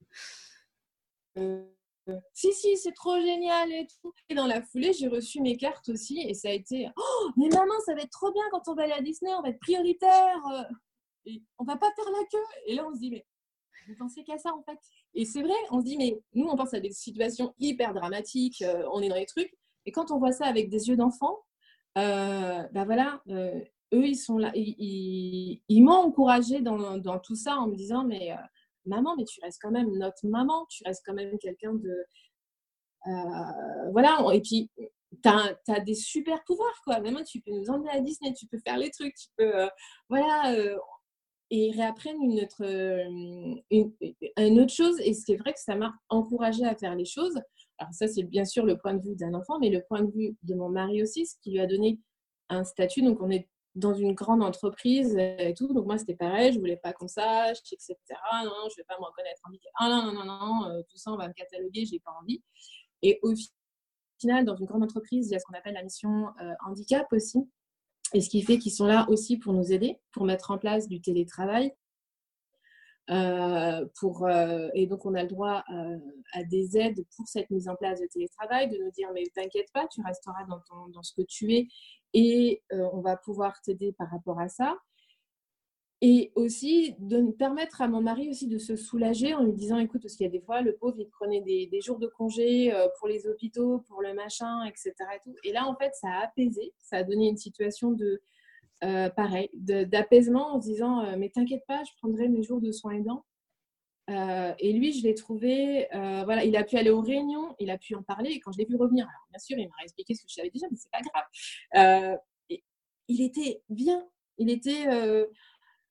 euh, si, si, c'est trop génial et tout. Et dans la foulée, j'ai reçu mes cartes aussi et ça a été, oh, mais maman, ça va être trop bien quand on va aller à Disney, on va être prioritaire. Et on va pas faire la queue. Et là, on se dit, mais vous pensez qu'à ça, en fait. Et c'est vrai, on se dit, mais nous, on pense à des situations hyper dramatiques, euh, on est dans les trucs. Et quand on voit ça avec des yeux d'enfant, euh, ben voilà, euh, eux, ils sont là, ils, ils, ils m'ont encouragée dans, dans tout ça en me disant, mais euh, maman, mais tu restes quand même notre maman, tu restes quand même quelqu'un de... Euh, voilà, et puis, tu as des super pouvoirs, quoi. Maintenant, tu peux nous emmener à Disney, tu peux faire les trucs, tu peux... Euh, voilà... Euh, et réapprennent une autre, une, une autre chose. Et ce qui est vrai que ça m'a encouragée à faire les choses. Alors ça, c'est bien sûr le point de vue d'un enfant, mais le point de vue de mon mari aussi, ce qui lui a donné un statut. Donc, on est dans une grande entreprise et tout. Donc, moi, c'était pareil. Je ne voulais pas qu'on sache, et cetera. Non, je ne vais pas me reconnaître handicapée. Ah non, non, non, non, euh, tout ça, on va me cataloguer, je n'ai pas envie. Et au final, dans une grande entreprise, il y a ce qu'on appelle la mission euh, handicap aussi. Et ce qui fait qu'ils sont là aussi pour nous aider, pour mettre en place du télétravail. Euh, pour, euh, et donc, on a le droit euh, à des aides pour cette mise en place de télétravail, de nous dire, mais t'inquiète pas, tu resteras dans, ton, dans ce que tu es et euh, on va pouvoir t'aider par rapport à ça. Et aussi, de permettre à mon mari aussi de se soulager en lui disant, écoute, parce qu'il y a des fois, le pauvre, il prenait des, des jours de congé euh, pour les hôpitaux, pour le machin, et cetera. Et, tout. Et là, en fait, ça a apaisé, ça a donné une situation de, euh, pareil, de, d'apaisement en se disant, euh, mais t'inquiète pas, je prendrai mes jours de soins aidants. Euh, et lui, je l'ai trouvé, euh, voilà, il a pu aller aux réunions, il a pu en parler. Et quand je l'ai vu revenir, alors bien sûr, il m'a expliqué ce que je savais déjà, mais c'est pas grave. Euh, et, il était bien, il était... Euh,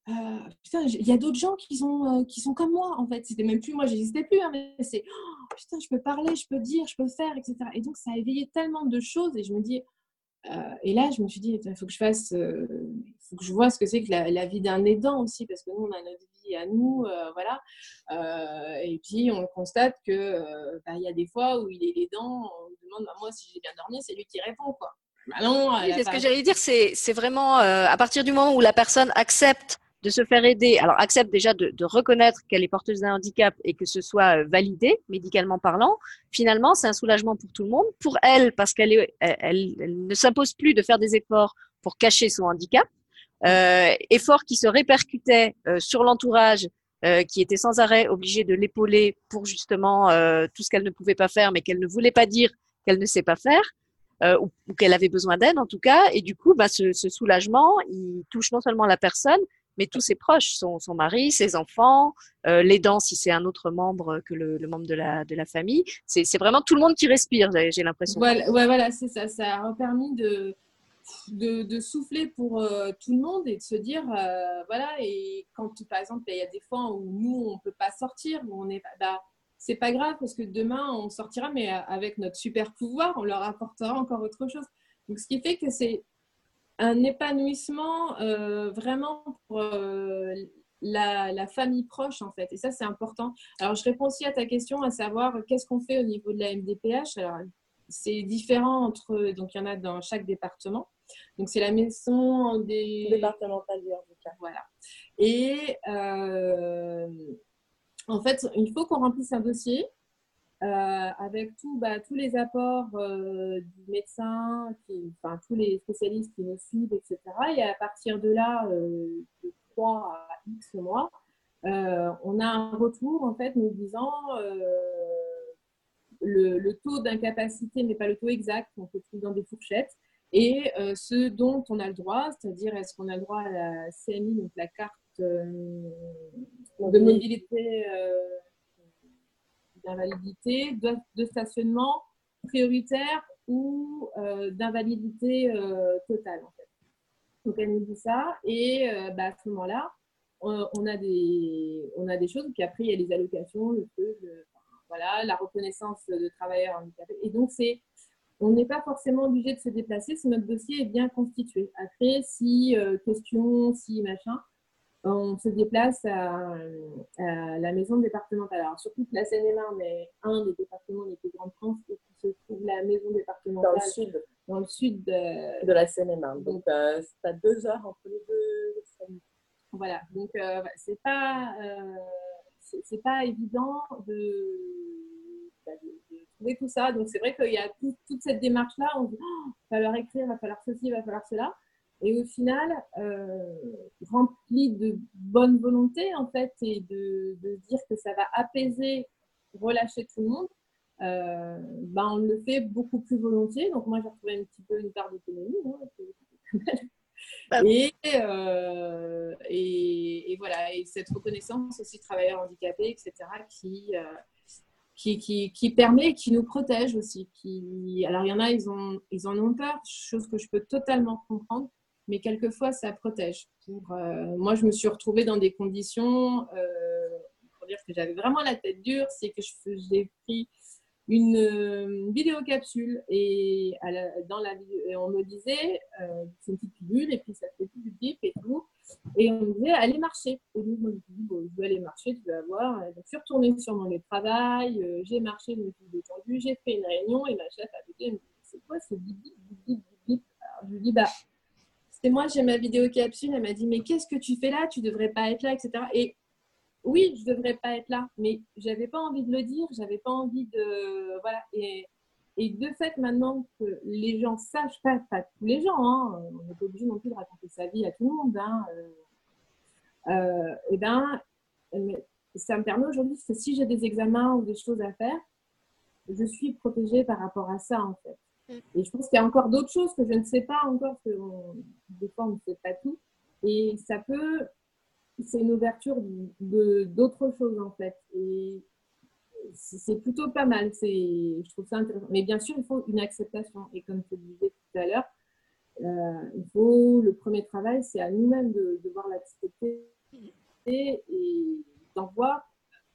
euh, putain, il y a d'autres gens qui sont, euh, qui sont comme moi, en fait. C'était même plus moi, j'existais plus, hein, mais c'est, oh, putain, je peux parler, je peux dire, je peux faire, et cetera. Et donc, ça a éveillé tellement de choses, et je me dis, euh, et là, je me suis dit, il faut que je fasse, il euh, faut que je vois ce que c'est que la, la vie d'un aidant aussi, parce que nous, on a notre vie à nous, euh, voilà. Euh, et puis, on constate que, euh, bah, y a des fois où il est aidant, on me demande, bah, moi, si j'ai bien dormi, c'est lui qui répond, quoi. Bah non,
Oui,
elle a
c'est ce
pas.
que j'allais dire, c'est c'est vraiment euh, à partir du moment où la personne accepte de se faire aider, alors accepte déjà de, de reconnaître qu'elle est porteuse d'un handicap et que ce soit euh, validé médicalement parlant, finalement c'est un soulagement pour tout le monde, pour elle parce qu'elle est, elle, elle, elle ne s'impose plus de faire des efforts pour cacher son handicap, euh, efforts qui se répercutaient euh, sur l'entourage, euh, qui était sans arrêt obligé de l'épauler pour justement euh, tout ce qu'elle ne pouvait pas faire mais qu'elle ne voulait pas dire qu'elle ne sait pas faire. Euh, ou, ou qu'elle avait besoin d'aide en tout cas, et du coup, bah, ce, ce soulagement, il touche non seulement la personne, mais tous ses proches, son, son mari, ses enfants, euh, l'aidant si c'est un autre membre que le, le membre de la, de la famille. C'est, c'est vraiment tout le monde qui respire, j'ai, j'ai l'impression.
Voilà, ouais, voilà, c'est ça. Ça a permis de, de, de souffler pour euh, tout le monde et de se dire, euh, voilà, et quand, par exemple, il y a des fois où nous, on ne peut pas sortir, où on est, bah, c'est pas grave parce que demain, on sortira, mais avec notre super pouvoir, on leur apportera encore autre chose. Donc, ce qui fait que c'est un épanouissement euh, vraiment pour euh, la, la famille proche, en fait. Et ça, c'est important. Alors, je réponds aussi à ta question, à savoir qu'est-ce qu'on fait au niveau de la M D P H. Alors, c'est différent entre, donc il y en a dans chaque département. Donc, c'est la maison des...
départementale du handicap.
Voilà. Et euh, en fait, il faut qu'on remplisse un dossier euh, avec tout, bah, tous les apports euh, du médecin, qui, enfin, tous les spécialistes qui nous suivent, et cetera. Et à partir de là, euh, de trois à X mois, euh, on a un retour en fait nous disant euh, le, le taux d'incapacité, mais pas le taux exact, on peut trouver dans des fourchettes, et euh, ce dont on a le droit, c'est-à-dire est-ce qu'on a le droit à la C M I, donc la carte euh, de mobilité euh, d'invalidité, de, de stationnement prioritaire ou euh, d'invalidité euh, totale en fait. Donc elle nous dit ça, et euh, bah, à ce moment-là, on, on, a des, on a des choses, puis après il y a les allocations, le truc, le, voilà, la reconnaissance de travailleurs handicapés. Et donc, c'est, on n'est pas forcément obligé de se déplacer si notre dossier est bien constitué. Après, si euh, question, si machin, on se déplace à, à la maison départementale. Alors, surtout que la Seine-et-Marne est un des départements les plus grands de France et qui se trouve la maison départementale
dans le sud,
dans le sud de,
de la Seine-et-Marne. Donc, euh, c'est à deux heures entre les deux extrémités.
Voilà. Donc, euh, c'est pas... Euh, c'est pas évident de, de, de trouver tout ça. Donc, c'est vrai qu'il y a tout, toute cette démarche-là. On dit, oh, il va falloir écrire, il va falloir ceci, il va falloir cela. Et au final, euh, rempli de bonne volonté, en fait, et de, de dire que ça va apaiser, relâcher tout le monde, euh, ben, on le fait beaucoup plus volontiers. Donc, moi, j'ai retrouvé un petit peu une part d'autonomie. Hein, Et, euh, et, et voilà, et cette reconnaissance aussi travailleurs handicapés, et cetera, qui, euh, qui, qui, qui permet, qui nous protège aussi. Qui, alors, il y en a, ils, ont, ils en ont peur, chose que je peux totalement comprendre, mais quelquefois, ça protège. Pour, euh, moi, je me suis retrouvée dans des conditions, euh, pour dire que j'avais vraiment la tête dure, c'est que je, j'ai pris une euh, vidéocapsule et, à la, dans la, et on me disait euh, c'est une petite pilule et puis ça fait tout du bip et tout et on me disait allez marcher et donc moi je me suis dit bon, je vais aller marcher, tu vas voir. Donc, je suis retournée sur mon lieu de travail, euh, j'ai marché, je me suis détendue, j'ai fait une réunion et ma chef a dit elle me dit c'est quoi ce bip bip bip bip bip. Alors je lui dis bah c'est moi, j'ai ma vidéocapsule. Elle m'a dit mais qu'est-ce que tu fais là, tu devrais pas être là, etc. Et oui, je ne devrais pas être là, mais je n'avais pas envie de le dire, je n'avais pas envie de... Voilà. Et, et de fait, maintenant que les gens sachent, pas, pas tous les gens, hein, on n'est pas obligé non plus de raconter sa vie à tout le monde, hein, euh, euh, et ben, ça me permet aujourd'hui que si j'ai des examens ou des choses à faire, je suis protégée par rapport à ça, en fait. Et je pense qu'il y a encore d'autres choses que je ne sais pas encore, parce que on, des fois, on ne sait pas tout. Et ça peut... c'est une ouverture de, d'autres choses en fait et c'est plutôt pas mal, c'est, je trouve ça intéressant, mais bien sûr il faut une acceptation et comme je te disais tout à l'heure, Euh, il faut, le premier travail, c'est à nous-mêmes de, de voir la difficulté et d'en voir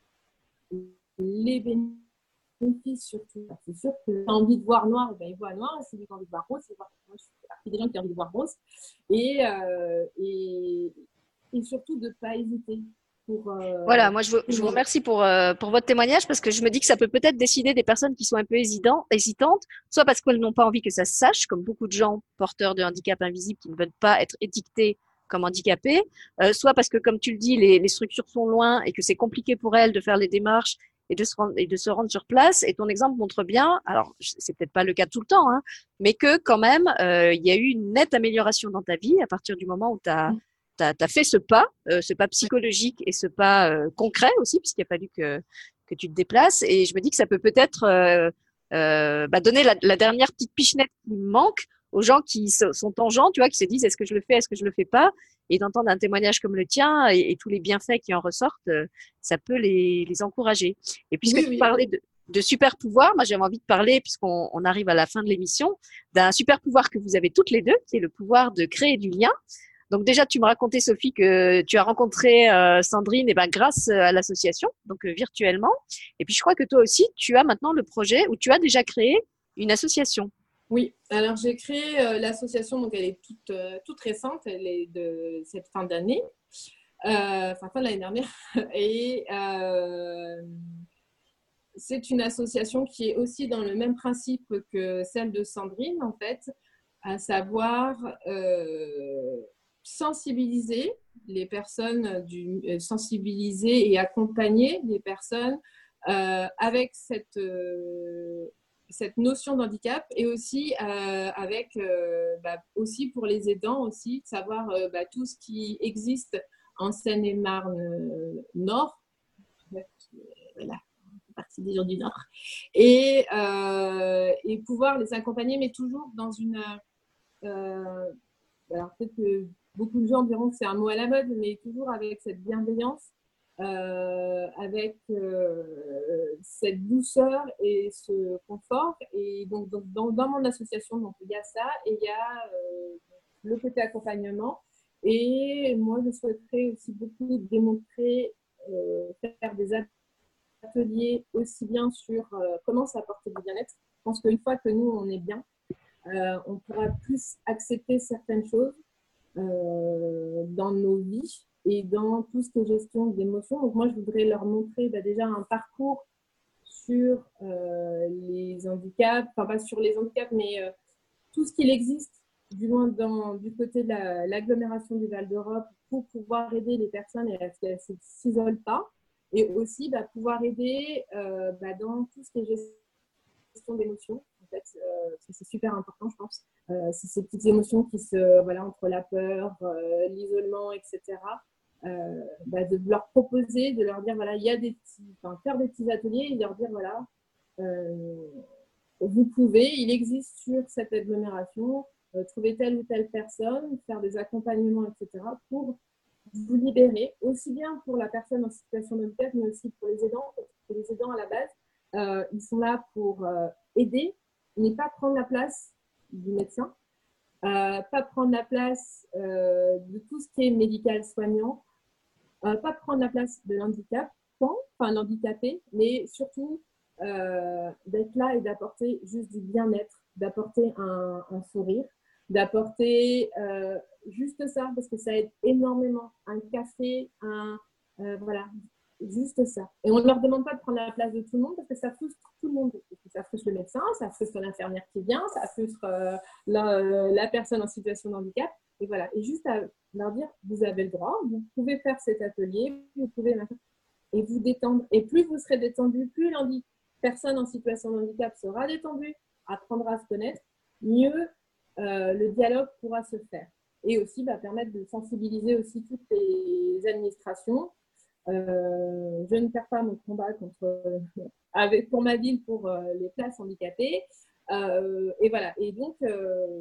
les bénéfices surtout. C'est sûr que si tu as envie de voir noir, ben, il voit noir. Si tu as envie de voir rose, il voit. Moi, je fais partie des gens qui ont envie de voir rose. Et, euh, et, et surtout de ne pas hésiter. Pour, euh,
Voilà, moi je vous, je vous remercie pour, euh, pour votre témoignage parce que je me dis que ça peut peut-être décider des personnes qui sont un peu hésitantes, hésitantes, soit parce qu'elles n'ont pas envie que ça se sache, comme beaucoup de gens porteurs de handicap invisible qui ne veulent pas être étiquetés comme handicapés, euh, soit parce que, comme tu le dis, les, les structures sont loin et que c'est compliqué pour elles de faire les démarches et de se rendre, et de se rendre sur place. Et ton exemple montre bien, alors c'est peut-être pas le cas tout le temps, hein, mais que quand même, euh, il y a eu une nette amélioration dans ta vie à partir du moment où tu as tu as fait ce pas, euh, ce pas psychologique et ce pas euh, concret aussi, puisqu'il a fallu que, que tu te déplaces. Et je me dis que ça peut peut-être euh, euh, bah, donner la, la dernière petite pichenette qui manque aux gens qui so- sont tangents, tu vois, qui se disent est-ce que je le fais, est-ce que je le fais pas, et d'entendre un témoignage comme le tien et, et tous les bienfaits qui en ressortent, euh, ça peut les, les encourager. Et puisque
oui,
tu
oui.
parlais de, de super pouvoir, moi j'avais envie de parler, puisqu'on on arrive à la fin de l'émission, d'un super pouvoir que vous avez toutes les deux, qui est le pouvoir de créer du lien. Donc déjà, tu me racontais, Sophie, que tu as rencontré euh, Sandrine et ben, grâce à l'association, donc euh, virtuellement. Et puis, je crois que toi aussi, tu as maintenant le projet où tu as déjà créé une association.
Oui, alors j'ai créé euh, l'association, donc elle est toute, euh, toute récente, elle est de cette fin d'année, euh, enfin fin de l'année dernière. Et euh, c'est une association qui est aussi dans le même principe que celle de Sandrine, en fait, à savoir euh, sensibiliser les personnes, du, euh, sensibiliser et accompagner les personnes euh, avec cette, euh, cette notion d'handicap et aussi euh, avec euh, bah, aussi pour les aidants aussi, de savoir euh, bah, tout ce qui existe en Seine-et-Marne euh, Nord. Voilà, partie des gens du Nord, et, euh, et pouvoir les accompagner, mais toujours dans une... Euh, alors peut-être que beaucoup de gens diront que c'est un mot à la mode, mais toujours avec cette bienveillance, euh, avec euh, cette douceur et ce confort. Et donc, donc dans, dans mon association, donc, il y a ça, et il y a euh, le côté accompagnement. Et moi, je souhaiterais aussi beaucoup démontrer, euh, faire des ateliers aussi bien sur euh, comment s'apporter du bien-être. Je pense qu'une fois que nous, on est bien, euh, on pourra plus accepter certaines choses euh, dans nos vies et dans tout ce qui est gestion d'émotions. Donc moi, je voudrais leur montrer bah, déjà un parcours sur euh, les handicaps, enfin pas sur les handicaps, mais euh, tout ce qu'il existe, du moins dans, du côté de la, l'agglomération du Val d'Europe, pour pouvoir aider les personnes à ce qu'elles ne s'isolent pas, et aussi bah, pouvoir aider euh, bah, dans tout ce qui est gestion d'émotions. En fait, euh, c'est super important, je pense. Euh, c'est ces petites émotions qui se, voilà, entre la peur, euh, l'isolement, et cetera. Euh, bah, de leur proposer, de leur dire, voilà, il y a des petits, enfin, faire des petits ateliers et leur dire, voilà, euh, vous pouvez, il existe sur cette agglomération, euh, trouver telle ou telle personne, faire des accompagnements, et cetera, pour vous libérer, aussi bien pour la personne en situation de handicap, mais aussi pour les aidants, parce que les aidants, à la base, euh, ils sont là pour euh, aider, mais pas prendre la place du médecin, euh, pas prendre la place euh, de tout ce qui est médical soignant, euh, pas prendre la place de l'handicap, enfin l'handicapé, mais surtout euh, d'être là et d'apporter juste du bien-être, d'apporter un, un sourire, d'apporter euh, juste ça, parce que ça aide énormément. Un café, un, euh, voilà, juste ça. Et on ne leur demande pas de prendre la place de tout le monde, parce que ça frustre tout le monde. Ça frustre le médecin, ça frustre l'infirmière qui vient, ça frustre euh, la, la personne en situation de handicap. Et voilà, et juste à leur dire, vous avez le droit, vous pouvez faire cet atelier, vous pouvez et vous détendre. Et plus vous serez détendu, plus la personne en situation de handicap sera détendue, apprendra à se connaître, mieux euh, le dialogue pourra se faire. Et aussi bah, permettre de sensibiliser aussi toutes les administrations. Euh, je ne perds pas mon combat contre, euh, avec, pour ma ville, pour euh, les places handicapées. Euh, et voilà. Et donc, euh,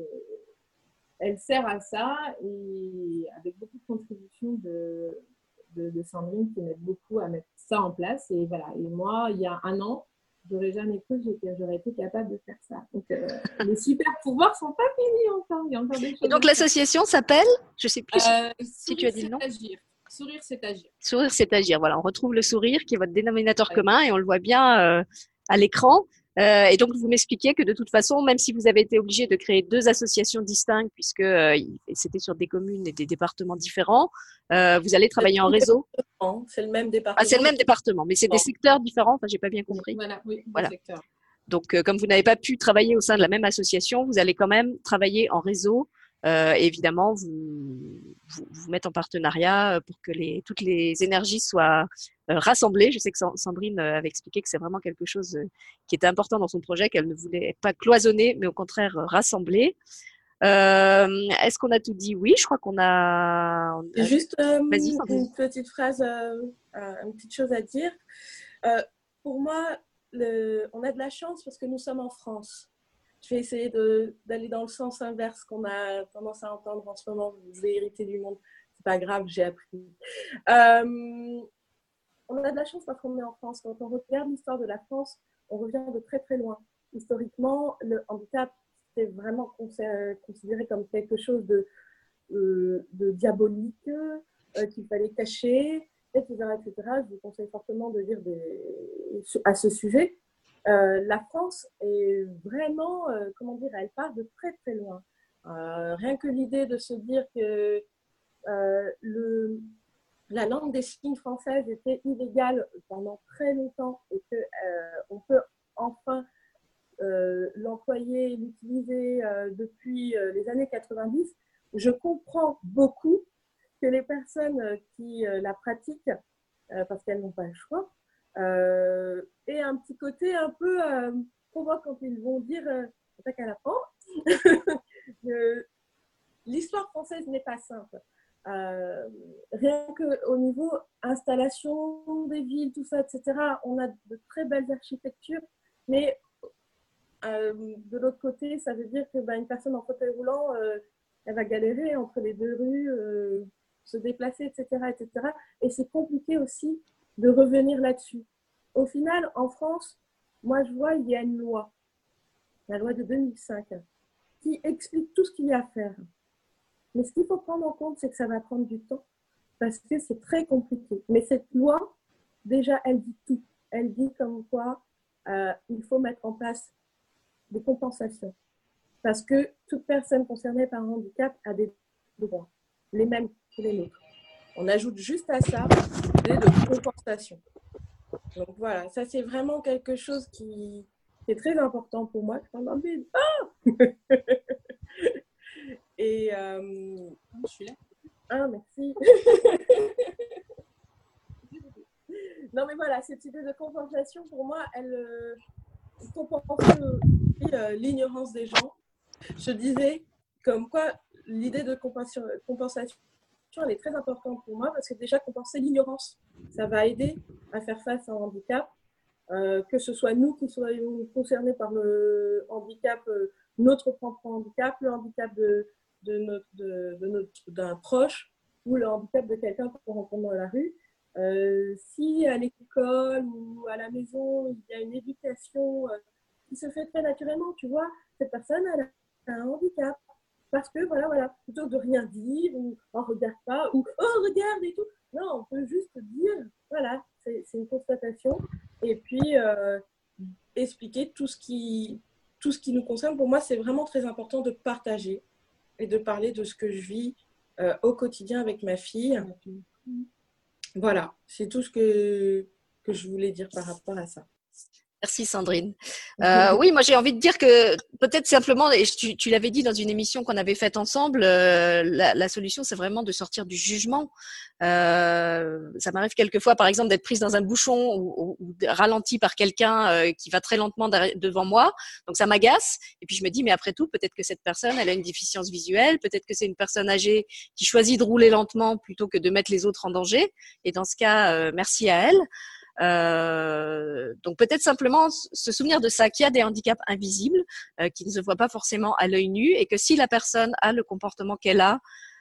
elle sert à ça, et avec beaucoup de contributions de, de, de Sandrine qui m'aide beaucoup à mettre ça en place. Et voilà. Et moi, il y a un an, j'aurais jamais cru que j'aurais été capable de faire ça. Donc, euh, les super pouvoirs sont pas finis encore. Il y a encore des choses.
Et donc, l'association s'appelle, je sais plus
euh,
si tu as dit le nom.
Agir. Sourire, c'est agir.
Sourire, c'est agir. Voilà, on retrouve le sourire qui est votre dénominateur ouais. commun et on le voit bien euh, à l'écran. Euh, et donc, vous m'expliquiez que de toute façon, même si vous avez été obligé de créer deux associations distinctes, puisque euh, c'était sur des communes et des départements différents, euh, vous allez travailler en réseau.
C'est le même département.
Ah, c'est le même département, mais c'est des secteurs différents. Enfin, j'ai pas bien compris.
Voilà, oui,
voilà.
Des secteurs.
Donc, euh, comme vous n'avez pas pu travailler au sein de la même association, vous allez quand même travailler en réseau. Euh, et évidemment, vous, vous vous mettre en partenariat pour que les, toutes les énergies soient euh, rassemblées. Je sais que Sandrine avait expliqué que c'est vraiment quelque chose qui était important dans son projet, qu'elle ne voulait pas cloisonner, mais au contraire rassembler. Euh, est-ce qu'on a tout dit? Oui, je crois qu'on a.
a... Juste euh, une petite phrase, euh, une petite chose à dire. Euh, pour moi, le... on a de la chance parce que nous sommes en France. Je vais essayer de, d'aller dans le sens inverse qu'on a tendance à entendre en ce moment. Je vais hériter du monde. C'est pas grave, j'ai appris. Euh, on a de la chance parce qu'on est en France. Quand on regarde l'histoire de la France, on revient de très très loin. Historiquement, le handicap était vraiment considéré comme quelque chose de, euh, de diabolique, euh, qu'il fallait cacher, et cetera, et cetera. Je vous conseille fortement de lire des... à ce sujet. Euh, la France est vraiment, euh, comment dire, elle part de très très loin. Euh, rien que l'idée de se dire que euh, le, la langue des signes française était illégale pendant très longtemps et qu'on euh, peut enfin euh, l'employer, l'utiliser euh, depuis euh, les années quatre-vingt-dix, je comprends beaucoup que les personnes qui euh, la pratiquent, euh, parce qu'elles n'ont pas le choix, Euh, et un petit côté un peu euh, provoque quand ils vont dire euh, c'est pas qu'à la fin. L'histoire française n'est pas simple. Euh, rien qu'au niveau installation des villes, tout ça, et cetera, on a de très belles architectures, mais euh, de l'autre côté, ça veut dire que bah, une personne en fauteuil roulant, euh, elle va galérer entre les deux rues, euh, se déplacer, et cetera, et cetera. Et c'est compliqué aussi de revenir là-dessus. Au final, en France, moi je vois, il y a une loi, la loi de deux mille cinq, qui explique tout ce qu'il y a à faire. Mais ce qu'il faut prendre en compte, c'est que ça va prendre du temps, parce que c'est très compliqué. Mais cette loi, déjà, elle dit tout. Elle dit comme quoi euh, il faut mettre en place des compensations. Parce que toute personne concernée par un handicap a des droits, les mêmes que les nôtres. On ajoute juste à ça des de compensation. Donc voilà, ça c'est vraiment quelque chose qui, qui est très important pour moi. Ah Et euh...
je suis là.
Ah, merci. Non mais voilà, cette idée de compensation, pour moi, elle euh, compense euh, l'ignorance des gens. Je disais comme quoi l'idée de compensation, compensation elle est très importante pour moi parce que déjà compenser l'ignorance, ça va aider à faire face à un handicap, euh, que ce soit nous qui soyons concernés par le handicap, euh, notre propre handicap, le handicap de, de notre, de, de notre, d'un proche ou le handicap de quelqu'un qu'on rencontre dans la rue. Euh, si à l'école ou à la maison, il y a une éducation euh, qui se fait très naturellement, tu vois, cette personne elle a un handicap. Parce que, voilà, voilà, plutôt que de rien dire, ou oh, regarde pas, ou oh, regarde et tout. Non, on peut juste dire, voilà, c'est, c'est une constatation. Et puis, euh, expliquer tout ce, qui, tout ce qui nous concerne. Pour moi, c'est vraiment très important de partager et de parler de ce que je vis euh, au quotidien avec ma fille. Voilà, c'est tout ce que, que je voulais dire par rapport à ça.
Merci Sandrine. Euh, oui, moi j'ai envie de dire que peut-être simplement, et tu, tu l'avais dit dans une émission qu'on avait faite ensemble, euh, la, la solution c'est vraiment de sortir du jugement. Euh, ça m'arrive quelquefois par exemple d'être prise dans un bouchon ou, ou, ou ralentie par quelqu'un euh, qui va très lentement devant moi, donc ça m'agace. Et puis je me dis mais après tout peut-être que cette personne elle a une déficience visuelle, peut-être que c'est une personne âgée qui choisit de rouler lentement plutôt que de mettre les autres en danger. Et dans ce cas, euh, merci à elle. Euh, donc peut-être simplement se souvenir de ça, qu'il y a des handicaps invisibles euh, qui ne se voient pas forcément à l'œil nu et que si la personne a le comportement qu'elle a,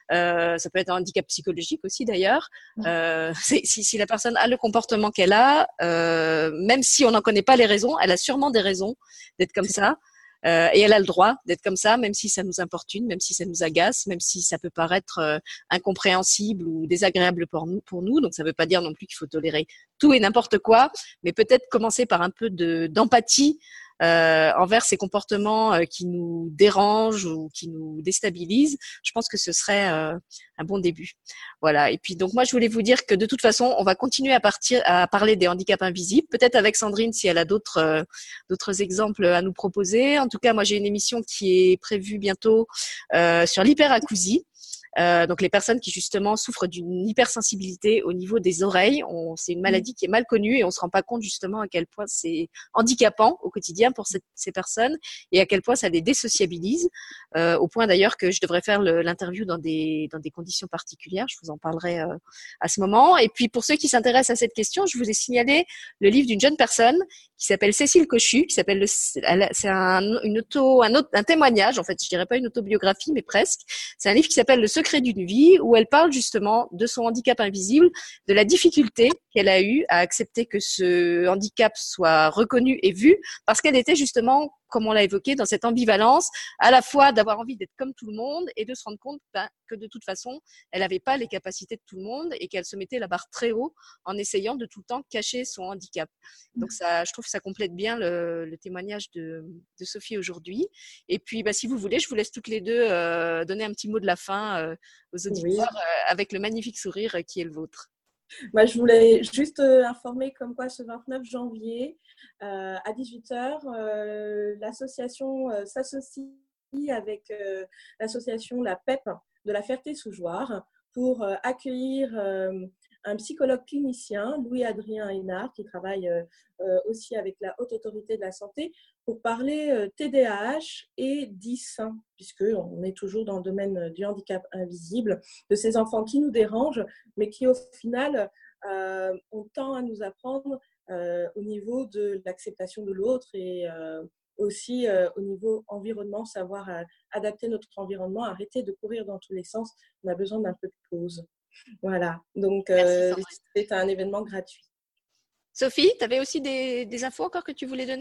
Euh, ça peut être un handicap psychologique aussi d'ailleurs. Euh, c'est, si, si la personne a le comportement qu'elle a, euh, même si on n'en connaît pas les raisons, elle a sûrement des raisons d'être comme ça. Euh, et elle a le droit d'être comme ça, même si ça nous importune, même si ça nous agace, même si ça peut paraître euh, incompréhensible ou désagréable pour nous, pour nous. Donc, ça ne veut pas dire non plus qu'il faut tolérer tout et n'importe quoi, mais peut-être commencer par un peu de, d'empathie euh, envers ces comportements euh, qui nous dérangent ou qui nous déstabilisent. Je pense que ce serait euh, un bon début. Voilà. Et puis, donc, moi, je voulais vous dire que de toute façon, on va continuer à partir à parler des handicaps invisibles. Peut-être avec Sandrine, si elle a d'autres euh, d'autres exemples à nous proposer. En tout cas, moi, j'ai une émission qui est prévue bientôt euh, sur l'hyperacousie. Euh, donc les personnes qui justement souffrent d'une hypersensibilité au niveau des oreilles, on, c'est une maladie qui est mal connue et on se rend pas compte justement à quel point c'est handicapant au quotidien pour cette, ces personnes et à quel point ça les désociabilise, euh, au point d'ailleurs que je devrais faire le, l'interview dans des dans des conditions particulières. Je vous en parlerai euh, à ce moment. Et puis pour ceux qui s'intéressent à cette question, je vous ai signalé le livre d'une jeune personne qui s'appelle Cécile Cochu, qui s'appelle le, c'est un une auto un autre un témoignage en fait, je dirais pas une autobiographie mais presque. C'est un livre qui s'appelle Le secret d'une vie, où elle parle justement de son handicap invisible, de la difficulté qu'elle a eue à accepter que ce handicap soit reconnu et vu, parce qu'elle était justement, comme on l'a évoqué, dans cette ambivalence, à la fois d'avoir envie d'être comme tout le monde et de se rendre compte ben, que de toute façon, elle n'avait pas les capacités de tout le monde et qu'elle se mettait la barre très haut en essayant de tout le temps cacher son handicap. Donc ça, je trouve que ça complète bien le, le témoignage de, de Sophie aujourd'hui. Et puis, bah, si vous voulez, je vous laisse toutes les deux euh, donner un petit mot de la fin euh, aux auditeurs oui. euh, avec le magnifique sourire euh, qui est le vôtre.
Moi, je voulais juste euh, informer comme quoi ce vingt-neuf janvier euh, à dix-huit heures, euh, l'association euh, s'associe avec euh, l'association La P E P de la Ferté-sous-Jouarre pour euh, accueillir euh, un psychologue clinicien, Louis-Adrien Hénard, qui travaille euh, aussi avec la Haute Autorité de la Santé, pour parler euh, T D A H et D I S, puisqu'on est toujours dans le domaine du handicap invisible, de ces enfants qui nous dérangent, mais qui au final euh, ont tant à nous apprendre euh, au niveau de l'acceptation de l'autre et euh, aussi euh, au niveau environnement, savoir euh, adapter notre environnement, arrêter de courir dans tous les sens. On a besoin d'un peu de pause. Voilà, donc euh, c'est un événement gratuit.
Sophie, tu avais aussi des, des infos encore que tu voulais donner ?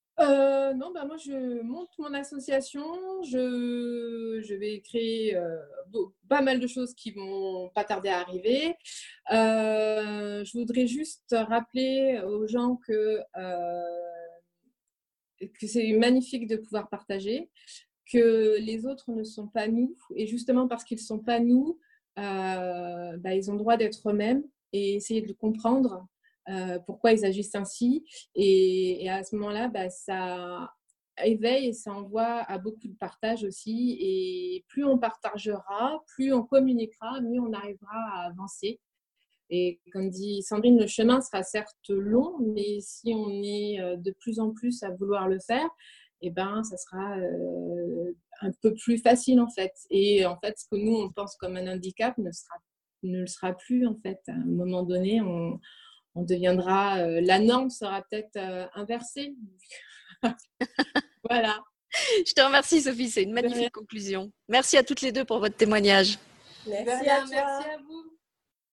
Euh, non, bah moi je monte mon association, je, je vais créer euh, pas mal de choses qui vont pas tarder à arriver. Euh, je voudrais juste rappeler aux gens que, euh, que c'est magnifique de pouvoir partager, que les autres ne sont pas nous, et justement parce qu'ils ne sont pas nous, euh, bah, ils ont le droit d'être eux-mêmes et essayer de le comprendre. Euh, pourquoi ils agissent ainsi et, et à ce moment-là bah, ça éveille et ça envoie à beaucoup de partage aussi et plus on partagera, plus on communiquera, mieux on arrivera à avancer et comme dit Sandrine, le chemin sera certes long mais si on est de plus en plus à vouloir le faire et ben ça sera euh, un peu plus facile en fait et en fait ce que nous on pense comme un handicap ne, sera, ne le sera plus en fait à un moment donné on on deviendra, euh, la norme sera peut-être euh, inversée. Voilà.
Je te remercie Sophie, c'est une magnifique conclusion. Merci à toutes les deux pour votre témoignage.
Merci, à,
merci à vous.